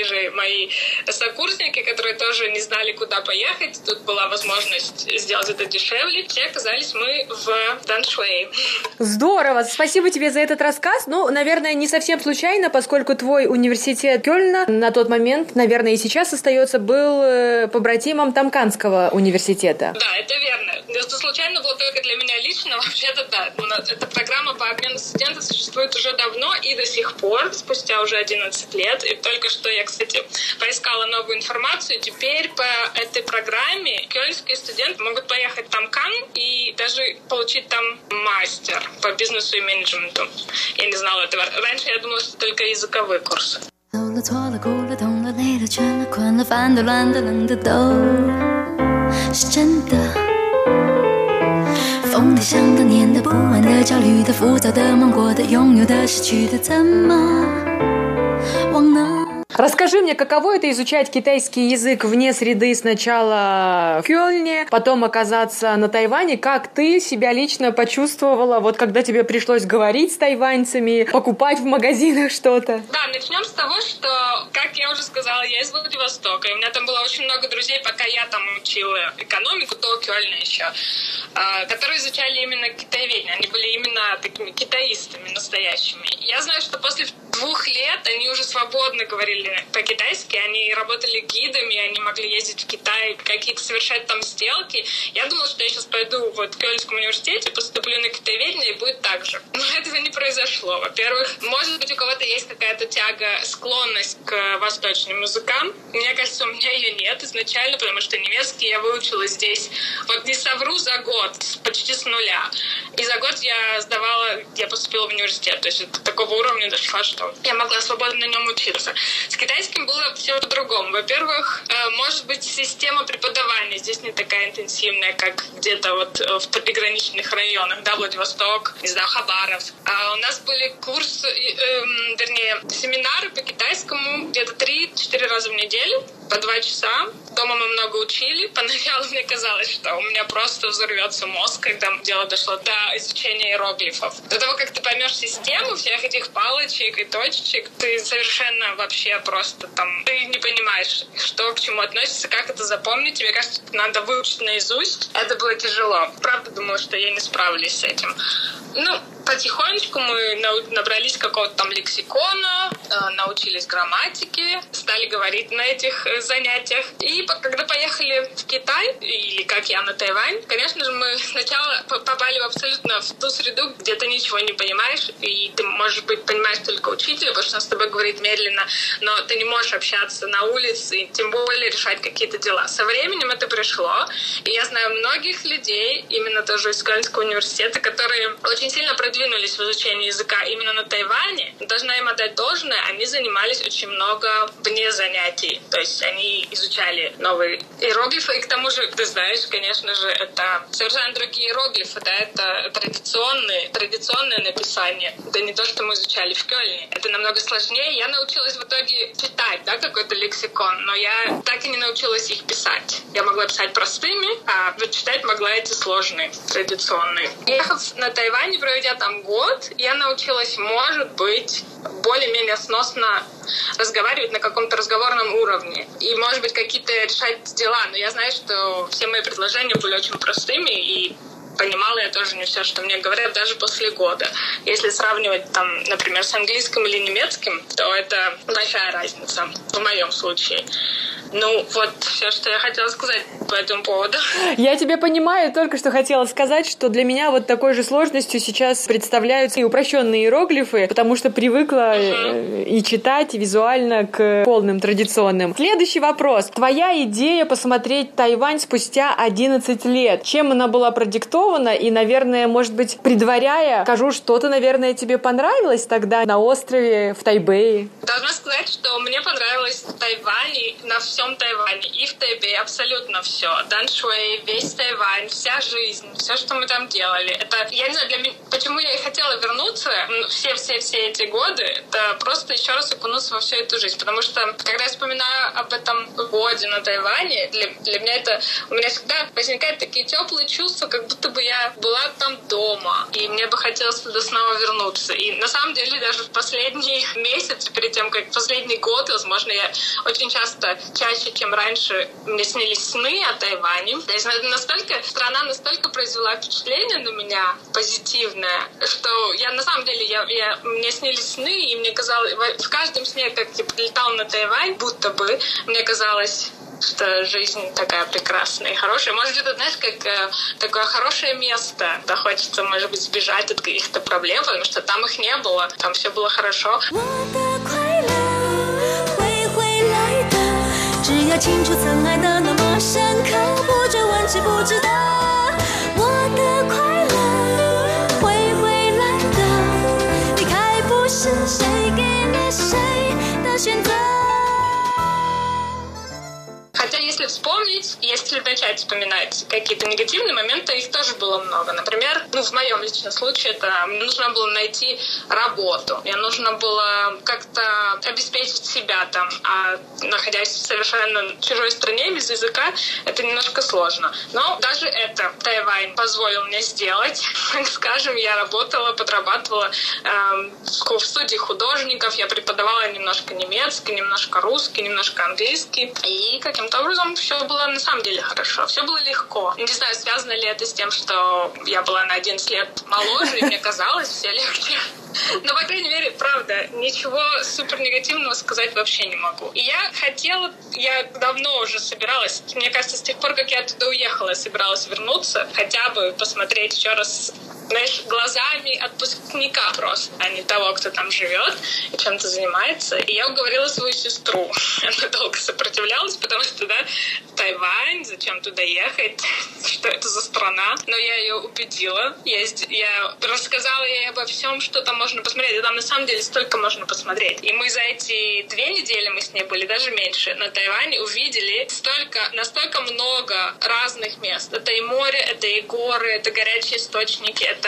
же мои сокурсники, которые тоже не знали, куда поехать. Тут была возможность сделать это дешевле. Все оказались мы в Даншуэй. Здорово! Спасибо тебе за этот рассказ. Ну, наверное, не совсем случайно, поскольку твой университет Кёльна на тот момент, наверное, и сейчас остается, был побратимом Тамканского университета. Да, это верно. Это случайно было только для меня лично. Вообще-то, да. Эта программа по обмену студентов существует уже давно и до сих пор, спустя уже 11 лет. И только что я, кстати, поискала новую информацию. Теперь по этой программе кёльнские студенты могут поехать в Тамкан и даже получить там мастер по бизнесу и менеджменту. Я не знала этого. Раньше я думала, что только языковые курсы. 走了，错了，哭了，痛了，累了，倦了，困了，烦的，乱的，冷的，都是真的。疯的，想的，念的，不安的，焦虑的，浮躁的，梦过的，拥有的，失去的，怎么忘呢？ Расскажи мне, каково это изучать китайский язык вне среды, сначала в Кёльне, потом оказаться на Тайване. Как ты себя лично почувствовала, вот когда тебе пришлось говорить с тайваньцами, покупать в магазинах что-то? Да, начнем с того, что, как я уже сказала, я из Владивостока, и у меня там было очень много друзей, пока я там учила экономику, до Кёльна еще, которые изучали именно китаеведение. Они были именно такими китаистами настоящими. Я знаю, что после 2 лет они уже свободно говорили по-китайски, они работали гидами, они могли ездить в Китай, какие-то совершать там сделки. Я думала, что я сейчас пойду в Кёльнском университете, поступлю на китаеведение, и будет так же. Но этого не произошло. Во-первых, может быть, у кого-то есть какая-то тяга, склонность к восточным языкам. Мне кажется, у меня ее нет изначально, потому что немецкий я выучила здесь, вот не совру, за год, почти с нуля. И за год я поступила в университет. То есть до такого уровня дошла, что я могла свободно на нем учиться. С китайским было все по-другому. Во-первых, может быть, система преподавания здесь не такая интенсивная, как где-то вот в приграничных районах, да, Владивосток, не знаю, Хабаровск. А у нас были курсы, семинары по китайскому где-то 3-4 раза в неделю, по 2 часа. Дома мы много учили. Поначалу мне казалось, что у меня просто взорвется мозг, когда дело дошло до изучения иероглифов. До того, как ты поймешь систему всех этих палочек и точечек, ты совершенно вообще просто там, ты не понимаешь, что к чему относится, как это запомнить. Тебе кажется, это надо выучить наизусть. Это было тяжело. Правда, думала, что я не справлюсь с этим. Потихонечку мы набрались какого-то там лексикона, научились грамматике, стали говорить на этих занятиях. И когда поехали в Китай, или как я на Тайвань, конечно же, мы сначала попали абсолютно в ту среду, где ты ничего не понимаешь, и ты, может быть, понимаешь только учителя, потому что он с тобой говорит медленно, но ты не можешь общаться на улице, и тем более решать какие-то дела. Со временем это пришло, и я знаю многих людей, именно тоже из Кёльнского университета, которые очень сильно продвинулись в изучении языка именно на Тайване. Должна им отдать должное, они занимались очень много вне занятий. То есть они изучали новые иероглифы, и к тому же, ты знаешь, конечно же, это совершенно другие иероглифы, да, это традиционное написание. Это не то, что мы изучали в Кёльне. Это намного сложнее. Я научилась в итоге читать, да, какой-то лексикон, но я так и не научилась их писать. Я могла писать простыми, а вот читать могла эти сложные, традиционные. Ехав на Тайвань, проведя там год, я научилась, может быть, более-менее сносно разговаривать на каком-то разговорном уровне. И, может быть, какие-то решать дела. Но я знаю, что все мои предложения были очень простыми, и понимала я тоже не все, что мне говорят, даже после года. Если сравнивать, там, например, с английским или немецким, то это большая разница в моем случае. Вот все, что я хотела сказать по этому поводу. Я тебя понимаю, только что хотела сказать, что для меня вот такой же сложностью сейчас представляются и упрощенные иероглифы, потому что привыкла и читать, и визуально к полным традиционным. Следующий вопрос. Твоя идея посмотреть Тайвань спустя 11 лет. Чем она была продиктована? И, наверное, может быть, предваряя, скажу, что-то, наверное, тебе понравилось тогда на острове в Тайбэе? Должна сказать, что мне понравилось в Тайване на всем всем Тайване, и в Тайбэе абсолютно все. Даншуэй, весь Тайвань, вся жизнь, все, что мы там делали. Это, я не знаю, для меня, почему я и хотела вернуться все эти годы, это просто еще раз окунуться во всю эту жизнь. Потому что, когда я вспоминаю об этом годе на Тайване, для меня это, у меня всегда возникают такие теплые чувства, как будто бы я была там дома, и мне бы хотелось туда снова вернуться. И на самом деле даже в последний месяц, перед тем, как последний год, возможно, я очень часто, чаще, чем раньше, мне снились сны о Тайване. То есть страна настолько произвела впечатление на меня позитивное, что я на самом деле, мне снились сны, и мне казалось, в каждом сне, как я прилетала на Тайвань, будто бы мне казалось, что жизнь такая прекрасная и хорошая. Может, это, знаешь, как такое хорошее место, да, хочется, может быть, сбежать от каких-то проблем, потому что там их не было, там все было хорошо. 只要清楚曾爱的那么深刻，不追问知不值得，我的快乐会回来的，离开不是谁给了谁的选择。 Хотя, если вспомнить, если начать вспоминать какие-то негативные моменты, их тоже было много. Например, в моем личном случае, мне нужно было найти работу. Мне нужно было как-то обеспечить себя там, а находясь в совершенно чужой стране, без языка, это немножко сложно. Но даже это Тайвань позволил мне сделать. Скажем, я работала, подрабатывала в студии художников, я преподавала немножко немецкий, немножко русский, немножко английский. И каким-то образом все было на самом деле хорошо, все было легко. Не знаю, связано ли это с тем, что я была на 11 лет моложе, и мне казалось, все легче. Но, по крайней мере, правда, ничего супер негативного сказать вообще не могу. И я давно уже собиралась, мне кажется, с тех пор, как я оттуда уехала, я собиралась вернуться, хотя бы посмотреть еще раз, знаешь, глазами отпускника просто, а не того, кто там живет и чем-то занимается. И я уговорила свою сестру. Она долго сопротивлялась, потому что, да, Тайвань, зачем туда ехать, что это за страна. Но я ее убедила. Я рассказала ей обо всем, что там можно посмотреть. И там на самом деле столько можно посмотреть. И мы за эти 2 недели, мы с ней были даже меньше, на Тайване увидели настолько много разных мест. Это и море, это и горы, это горячие источники, это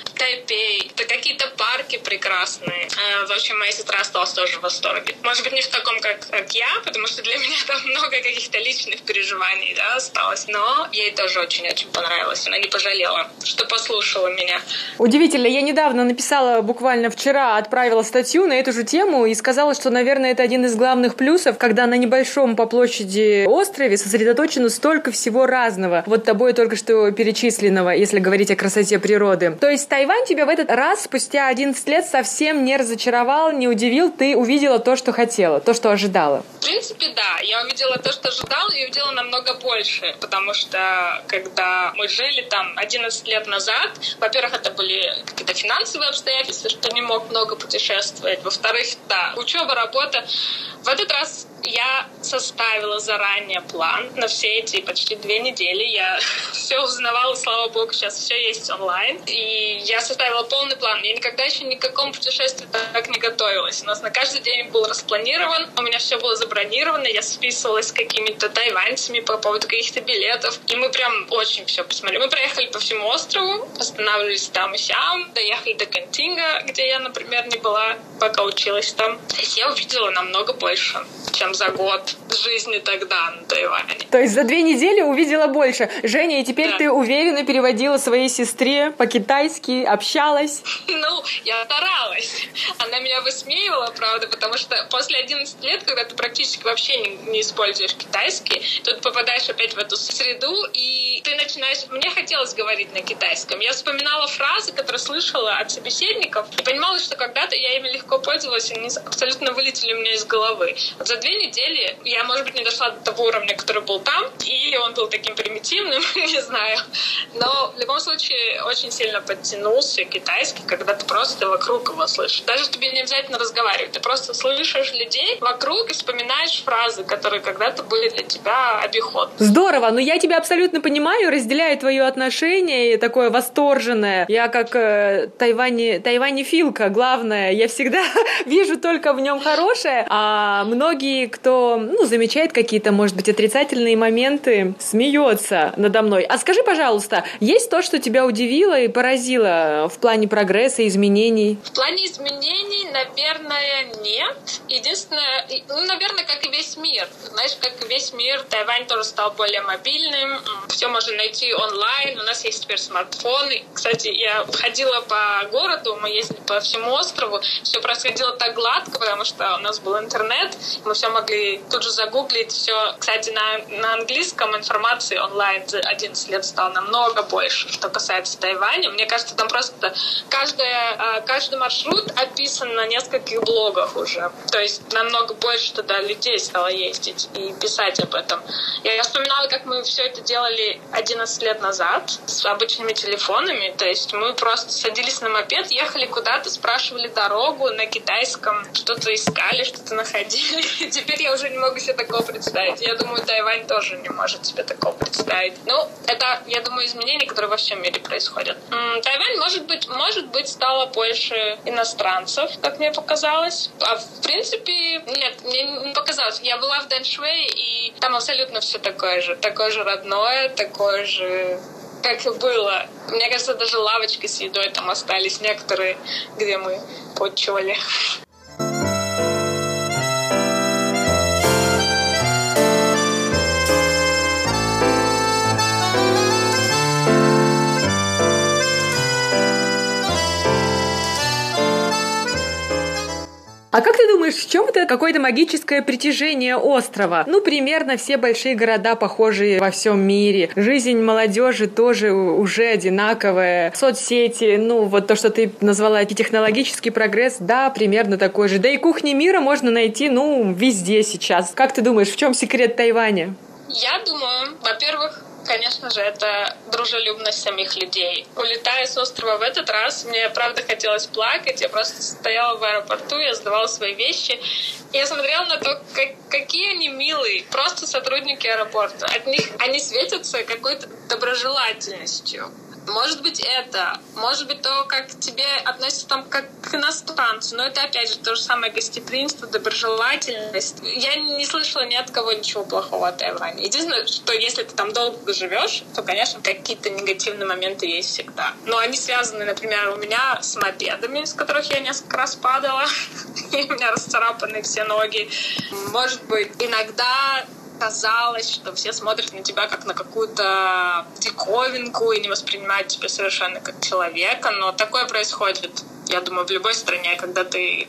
Тайпей, это какие-то парки прекрасные. В общем, моя сестра осталась тоже в восторге. Может быть, не в таком, как я, потому что для меня там много каких-то личных переживаний, да, осталось. Но ей тоже очень-очень понравилось. Она не пожалела, что послушала меня. Удивительно. Я недавно написала, буквально вчера, отправила статью на эту же тему и сказала, что, наверное, это один из главных плюсов, когда на небольшом по площади острове сосредоточено столько всего разного. Вот тобой только что перечисленного, если говорить о красоте природы. То есть Тайвань тебя в этот раз спустя 11 лет совсем не разочаровал, не удивил, ты увидела то, что хотела, то, что ожидала. В принципе, да. Я увидела то, что ожидала, и увидела намного больше, потому что, когда мы жили там 11 лет назад, во-первых, это были какие-то финансовые обстоятельства, что не мог много путешествовать. Во-вторых, да, учеба, работа. В этот раз я составила заранее план на все эти почти 2 недели. Я все узнавала, слава богу, сейчас все есть онлайн. И я составила полный план. Я никогда еще ни к какому путешествию так не готовилась. У нас на каждый день был распланирован, у меня все было забронировано, я списывалась с какими-то тайваньцами по поводу каких-то билетов. И мы прям очень все посмотрели. Мы проехали по всему острову, останавливались там и сям, доехали до Кантинга, где я, например, не была, пока училась там. То есть я увидела намного больше, чем за год жизни тогда на Тайване. То есть за 2 недели увидела больше. Женя, и теперь ты уверенно переводила своей сестре по-китайски, общалась? Ну, я старалась. Она меня высмеивала, правда, потому что после 11 лет, когда ты практически вообще не используешь китайский, тут попадаешь опять в эту среду, и ты начинаешь... Мне хотелось говорить на китайском. Я вспоминала фразы, которые слышала от собеседников, и понимала, что когда-то я ими легко пользовалась, и они абсолютно вылетели у меня из головы. Вот за 2 недели я, может быть, не дошла до того уровня, который был там, или он был таким примитивным, не знаю. Но в любом случае очень сильно подтянулся китайский, когда ты просто вокруг его слышишь. Даже тебе не обязательно разговаривать. Ты просто слышишь людей вокруг и вспоминаешь фразы, которые когда-то были для тебя обиходны. Здорово! Но я тебя абсолютно понимаю, разделяю твое отношение, такое восторженное. Я как тайванефилка, главное. Я всегда вижу только в нем хорошее, а многие всякий, кто, замечает какие-то, может быть, отрицательные моменты, смеется надо мной. А скажи, пожалуйста, есть то, что тебя удивило и поразило в плане прогресса, изменений? В плане изменений, наверное, нет. Единственное, наверное, как и весь мир. Знаешь, как и весь мир, Тайвань тоже стал более мобильным. Все можно найти онлайн. У нас есть теперь смартфоны. Кстати, я ходила по городу, мы ездили по всему острову. Все происходило так гладко, потому что у нас был интернет. Мы все могли тут же загуглить. Все, кстати, на английском информации онлайн за 11 лет стало намного больше, что касается Тайваня. Мне кажется, там просто каждый маршрут описан на нескольких блогах уже. То есть намного больше туда людей стало ездить и писать об этом. Я вспоминала, как мы все это делали 11 лет назад с обычными телефонами. То есть мы просто садились на мопед, ехали куда-то, спрашивали дорогу на китайском, что-то искали, что-то находили. Теперь я уже не могу себе такого представить. Я думаю, Тайвань тоже не может себе такого представить. Это, я думаю, изменения, которые во всем мире происходят. Тайвань, может быть, стало больше иностранцев, как мне показалось. А в принципе, нет, мне не показалось. Я была в Дэншуэй, и там абсолютно все такое же родное, такое же, как и было. Мне кажется, даже лавочки с едой там остались некоторые, где мы почивали. А как ты думаешь, в чем это какое-то магическое притяжение острова? Примерно все большие города похожие во всем мире. Жизнь молодежи тоже уже одинаковая. Соцсети, вот то, что ты назвала технологический прогресс, да, примерно такой же. Да и кухни мира можно найти, везде сейчас. Как ты думаешь, в чем секрет Тайваня? Я думаю, во-первых, конечно же, это дружелюбность самих людей. Улетая с острова в этот раз, мне, правда, хотелось плакать. Я просто стояла в аэропорту, я сдавала свои вещи. И я смотрела на то, какие они милые. Просто сотрудники аэропорта. От них они светятся какой-то доброжелательностью. Может быть, может быть, то, как к тебе относятся там как к иностранцу. Но это, опять же, то же самое гостеприимство, доброжелательность. Я не слышала ни от кого ничего плохого о Тайване. Единственное, что если ты там долго живешь, то, конечно, какие-то негативные моменты есть всегда. Но они связаны, например, у меня с мопедами, с которых я несколько раз падала. И у меня расцарапаны все ноги. Может быть, иногда казалось, что все смотрят на тебя как на какую-то диковинку и не воспринимают тебя совершенно как человека, но такое происходит, я думаю, в любой стране, когда ты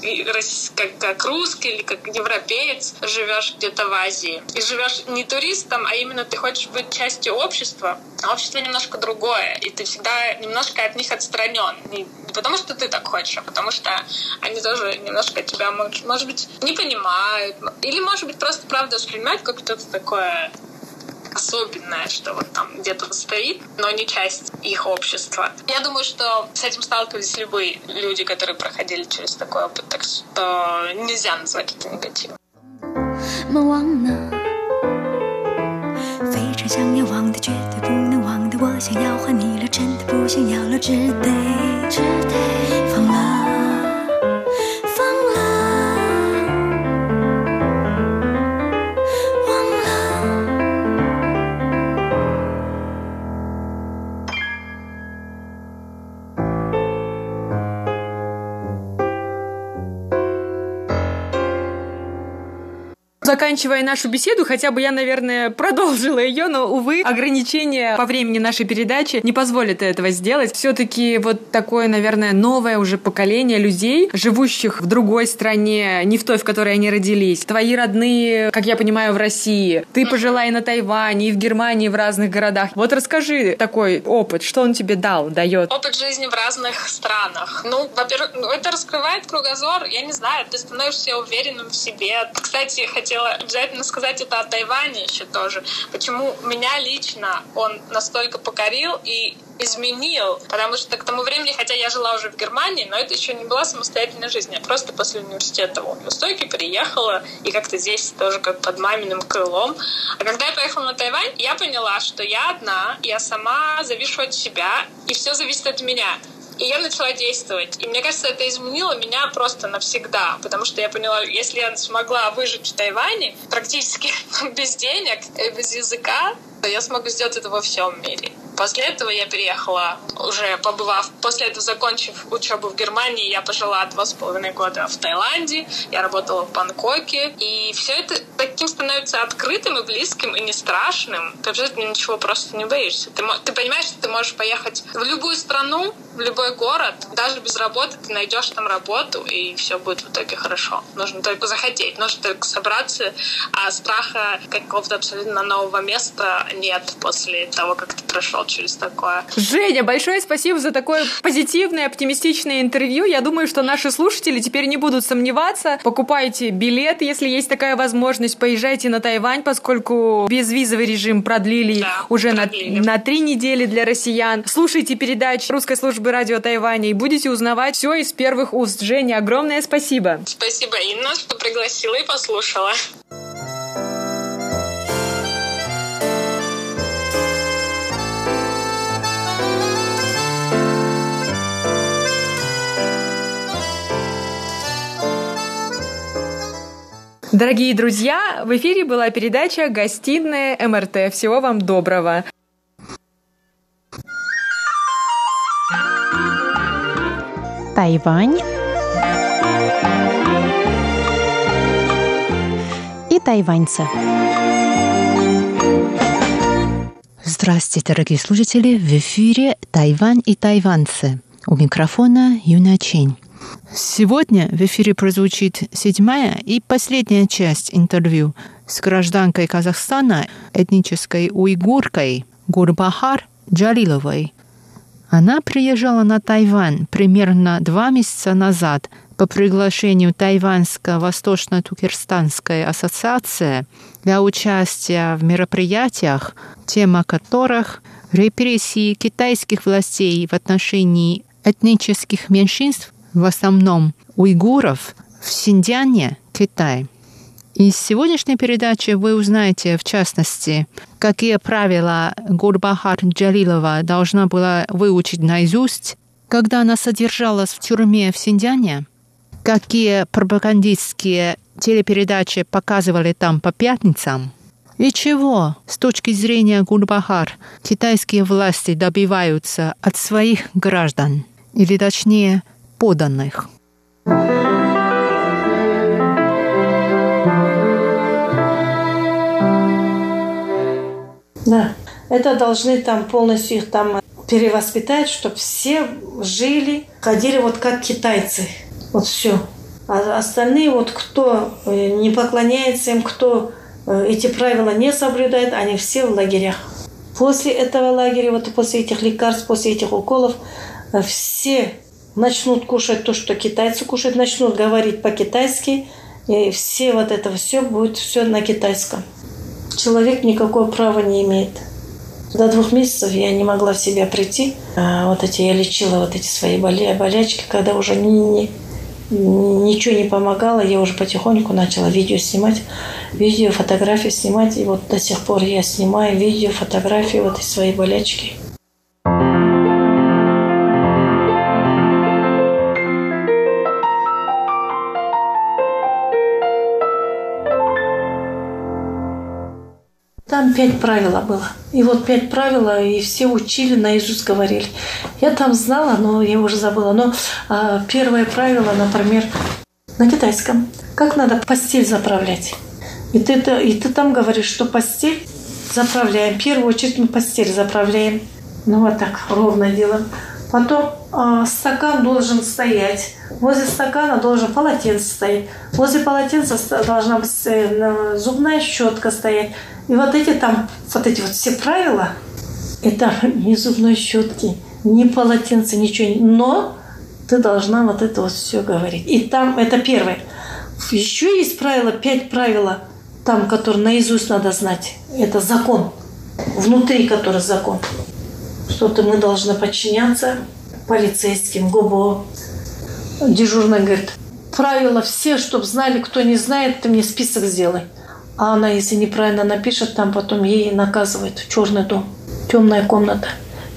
как русский или как европеец живешь где-то в Азии. И живешь не туристом, а именно ты хочешь быть частью общества. А общество немножко другое, и ты всегда немножко от них отстранен. Не потому что ты так хочешь, а потому что они тоже немножко тебя, может быть, не понимают. Или, может быть, просто правда воспринимают как что-то такое особенное, что вот там где-то стоит, но не часть их общества. Я думаю, что с этим сталкивались любые люди, которые проходили через такой опыт, так что нельзя назвать это негативом. Заканчивая нашу беседу, хотя бы я, наверное, продолжила ее, но, увы, ограничения по времени нашей передачи не позволят этого сделать. Все-таки вот такое, наверное, новое уже поколение людей, живущих в другой стране, не в той, в которой они родились. Твои родные, как я понимаю, в России. Ты пожила и на Тайване, и в Германии, в разных городах. Вот расскажи такой опыт, что он тебе дает? Опыт жизни в разных странах. Во-первых, это раскрывает кругозор. Я не знаю, ты становишься уверенным в себе. Кстати, хотела обязательно сказать это о Тайване еще тоже. Почему меня лично он настолько покорил и изменил, потому что к тому времени, хотя я жила уже в Германии, но это еще не была самостоятельная жизнь. Я просто после университета в Владивостоке приехала, и как-то здесь тоже как под маминым крылом. А когда я поехала на Тайвань, я поняла, что я одна, я сама завишу от себя, и все зависит от меня. И я начала действовать. И мне кажется, это изменило меня просто навсегда, потому что я поняла, если я смогла выжить в Тайване практически без денег и без языка, то я смогу сделать это во всем мире. После этого я переехала, уже побывав, после этого закончив учебу в Германии, я пожила 2,5 года в Таиланде, я работала в Бангкоке, и все это таким становится открытым и близким, и не страшным. Ты обязательно ничего просто не боишься. Ты понимаешь, что ты можешь поехать в любую страну, в любой город, даже без работы ты найдешь там работу, и все будет в итоге хорошо. Нужно только захотеть, нужно только собраться, а страха какого-то абсолютно нового места нет после того, как ты прошел через такое. Женя, большое спасибо за такое позитивное, оптимистичное интервью. Я думаю, что наши слушатели теперь не будут сомневаться. Покупайте билеты, если есть такая возможность. Поезжайте на Тайвань, поскольку безвизовый режим продлили уже на 3 недели для россиян. Слушайте передачи Русской службы радио Тайваня и будете узнавать все из первых уст. Женя, огромное спасибо. Спасибо, Инна, что пригласила и послушала. Дорогие друзья, в эфире была передача «Гостиная МРТ». Всего вам доброго. Тайвань и тайваньцы. Здравствуйте, дорогие слушатели! В эфире «Тайвань и тайваньцы». У микрофона Юна Чень. Сегодня в эфире прозвучит 7-я и последняя часть интервью с гражданкой Казахстана, этнической уйгуркой Гурбахар Джалиловой. Она приезжала на Тайвань примерно 2 месяца назад по приглашению Тайваньско-Восточно-Туркестанской ассоциации для участия в мероприятиях, тема которых репрессии китайских властей в отношении этнических меньшинств, в основном уйгуров, в Синьцзяне, Китай. Из сегодняшней передачи вы узнаете, в частности, какие правила Гурбахар Джалилова должна была выучить наизусть, когда она содержалась в тюрьме в Синьцзяне, какие пропагандистские телепередачи показывали там по пятницам, и чего, с точки зрения Гурбахар, китайские власти добиваются от своих граждан, или точнее, подданных. Да, это должны там полностью их там перевоспитать, чтобы все жили, ходили вот как китайцы. Вот все. А остальные вот кто не поклоняется им, кто эти правила не соблюдает, они все в лагерях. После этого лагеря, вот после этих лекарств, после этих уколов, все начнут кушать то, что китайцы кушают, начнут говорить по-китайски, и все вот это все будет все на китайском. Человек никакого права не имеет. До 2 месяцев я не могла в себя прийти. Я лечила вот эти свои болячки, когда уже ничего не помогало, я уже потихоньку начала видео снимать, фотографии снимать, и вот до сих пор я снимаю видео, фотографии вот эти свои болячки. Там 5 правил было. И вот 5 правил, и все учили, наизусть говорили. Я там знала, но я уже забыла. Но первое правило, например, на китайском. Как надо постель заправлять? И ты там говоришь, что постель заправляем. В первую очередь мы постель заправляем. Ну вот так, ровно делаем. Потом стакан должен стоять. Возле стакана должен полотенце стоять. Возле полотенца должна быть зубная щетка стоять. И вот эти все правила, это ни зубной щетки, ни полотенца, ничего. Но ты должна вот это вот все говорить. И там это первое. Еще есть правила, 5 правил, там, которые наизусть надо знать. Это закон. Внутри который закон. Что-то мы должны подчиняться полицейским, ГОБО. Дежурный говорит, правила все, чтобы знали, кто не знает, ты мне список сделай. А она, если неправильно напишет, там потом ей наказывают. Черный дом, темная комната.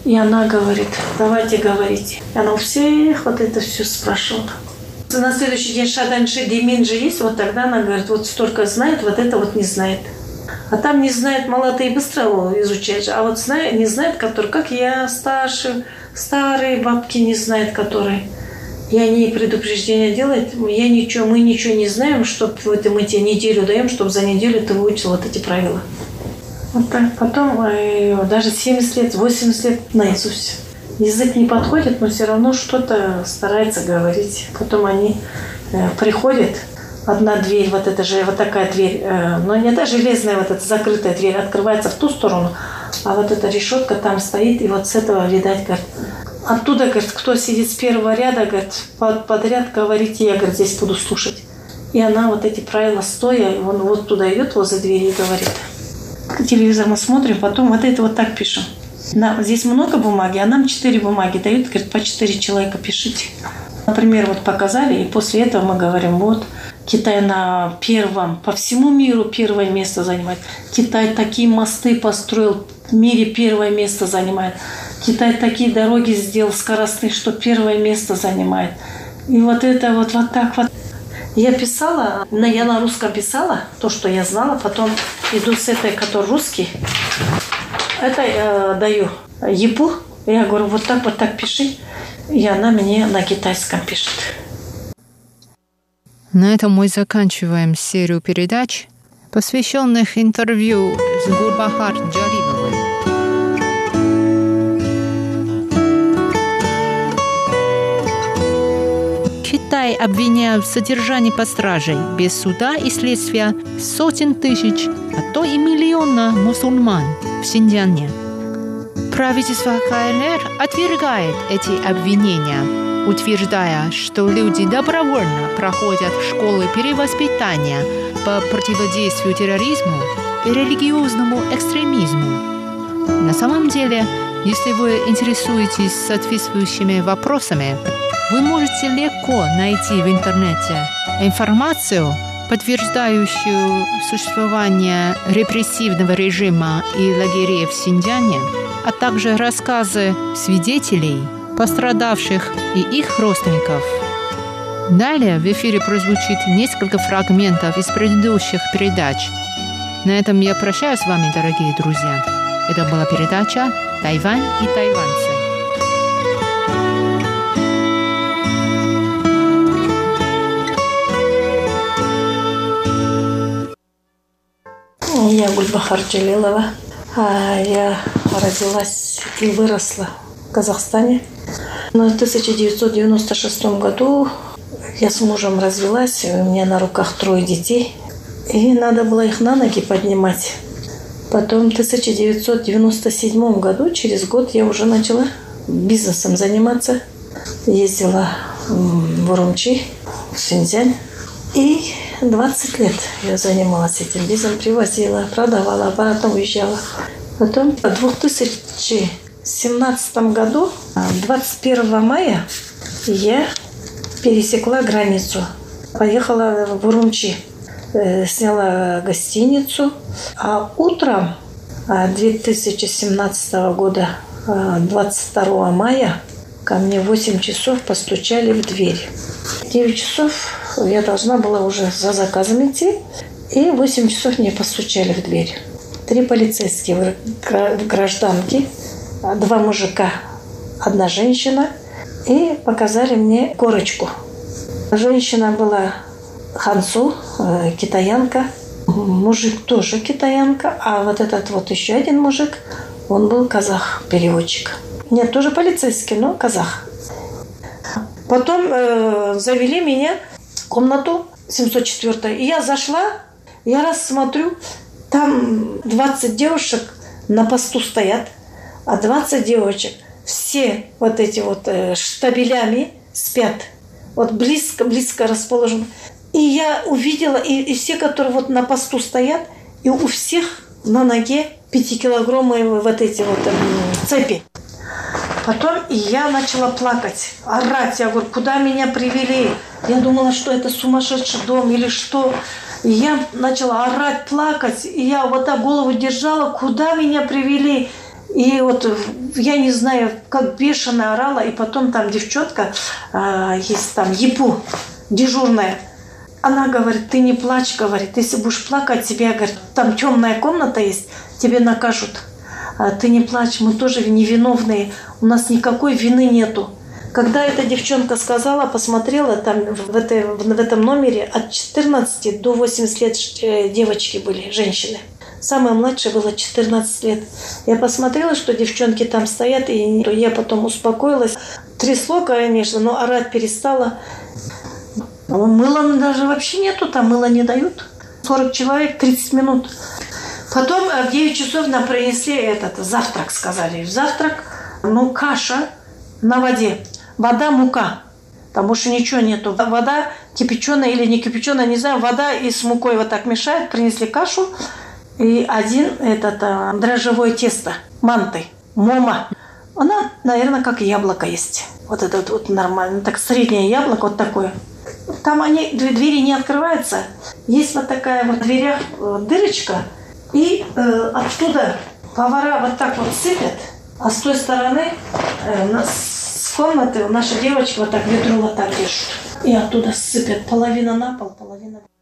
И она говорит, давайте говорите. И она у всех вот это все спрашивала. На следующий день Шаданши Демин же есть, вот тогда она говорит, вот столько знает, вот это вот не знает. А там не знает, мало-то и быстро изучаешь, а вот не знает, который, как я, старые бабки не знают, которые. И они предупреждения делают, мы ничего не знаем, чтобы мы тебе неделю даем, чтобы за неделю ты выучил вот эти правила. Вот так. Потом даже 70 лет, 80 лет наизусть. Язык не подходит, но все равно что-то старается говорить. Потом они приходят, одна дверь, вот такая дверь, но не та железная, вот эта закрытая дверь, открывается в ту сторону, а вот эта решетка там стоит, и вот с этого, видать, говорит, оттуда, говорит, кто сидит с первого ряда, говорит, подряд говорите, я, говорит, здесь буду слушать. И она вот эти правила стоя, он вот туда идет возле двери и говорит. Телевизор мы смотрим, потом вот это вот так пишем. Здесь много бумаги, а нам 4 бумаги дают, говорит, по 4 человека пишите. Например, вот показали, и после этого мы говорим, вот, Китай на первом, по всему миру первое место занимает. Китай такие мосты построил, в мире первое место занимает. Китай такие дороги сделал скоростные, что первое место занимает. И вот это вот так вот. Я писала, я на русском писала, то, что я знала, потом иду с этой, который русский. Это я даю ЕПУ. Я говорю, вот так пиши. И она мне на китайском пишет. На этом мы заканчиваем серию передач, посвященных интервью с Гурбахар Джалиловой. Китай обвиняют в задержании под стражей без суда и следствия сотен тысяч, а то и миллиона мусульман в Синьцзяне. Правительство КНР отвергает эти обвинения, утверждая, что люди добровольно проходят школы перевоспитания по противодействию терроризму и религиозному экстремизму. На самом деле, если вы интересуетесь соответствующими вопросами, вы можете легко найти в интернете информацию, подтверждающую существование репрессивного режима и лагерей в Синьцзяне, а также рассказы свидетелей, пострадавших и их родственников. Далее в эфире прозвучит несколько фрагментов из предыдущих передач. На этом я прощаюсь с вами, дорогие друзья. Это была передача «Тайвань и тайваньцы». Я Гульбахар Джалилова. Я родилась и выросла в Казахстане. Но в 1996 году я с мужем развелась, у меня на руках 3 детей. И надо было их на ноги поднимать. Потом в 1997 году, через год, я уже начала бизнесом заниматься. Ездила в Урумчи, в Синьцзянь. И 20 лет я занималась этим бизнесом, привозила, продавала, потом уезжала. Потом в 2017 году, 21 мая, я пересекла границу. Поехала в Урумчи, сняла гостиницу. А утром 2017 года, 22 мая, ко мне в 8 часов постучали в дверь. В 9 часов я должна была уже за заказом идти, и в 8 часов мне постучали в дверь. 3 полицейские гражданки, 2 мужика, 1 женщина, и показали мне корочку. Женщина была ханцу, китаянка, мужик тоже китаянка, а вот этот вот еще один мужик, он был казах-переводчик. Нет, тоже полицейский, но казах. Потом завели меня в комнату 704. И я зашла, я раз смотрю, там 20 девушек на посту стоят, а 20 девочек все вот эти вот штабелями спят. Вот близко расположены. И я увидела, и все, которые вот на посту стоят, и у всех на ноге 5-килограммовые вот эти вот цепи. Потом я начала плакать, орать. Я говорю, куда меня привели? Я думала, что это сумасшедший дом или что. И я начала орать, плакать. И я вот так голову держала, куда меня привели? И вот я не знаю, как бешено орала, и потом там девчонка, есть там Епу, дежурная, она говорит, ты не плачь, говорит, если будешь плакать, тебе, говорит, там темная комната есть, тебе накажут. Ты не плачь, мы тоже невиновные, у нас никакой вины нету. Когда эта девчонка сказала, посмотрела, там в этом номере от 14 до 80 лет девочки были, женщины. Самая младшая была 14 лет. Я посмотрела, что девчонки там стоят, и я потом успокоилась. Трясло, конечно, но орать перестала. Мыла даже вообще нету, там мыла не дают. 40 человек, 30 минут. Потом в 9 часов нам принесли завтрак, сказали. Завтрак, каша на воде. Вода, мука. Там больше ничего нету. Вода кипяченая или не кипяченая, не знаю. Вода и с мукой вот так мешают. Принесли кашу. И один дрожжевое тесто. Манты. Мома. Она, наверное, как яблоко есть. Вот это вот нормально. Так среднее яблоко вот такое. Там двери не открываются. Есть вот такая в дверях дырочка. И оттуда повара вот так вот сыпят. А с той стороны с комнаты наша девочка вот так ведро вот так держит. И оттуда сыпят. Половина на пол, половина...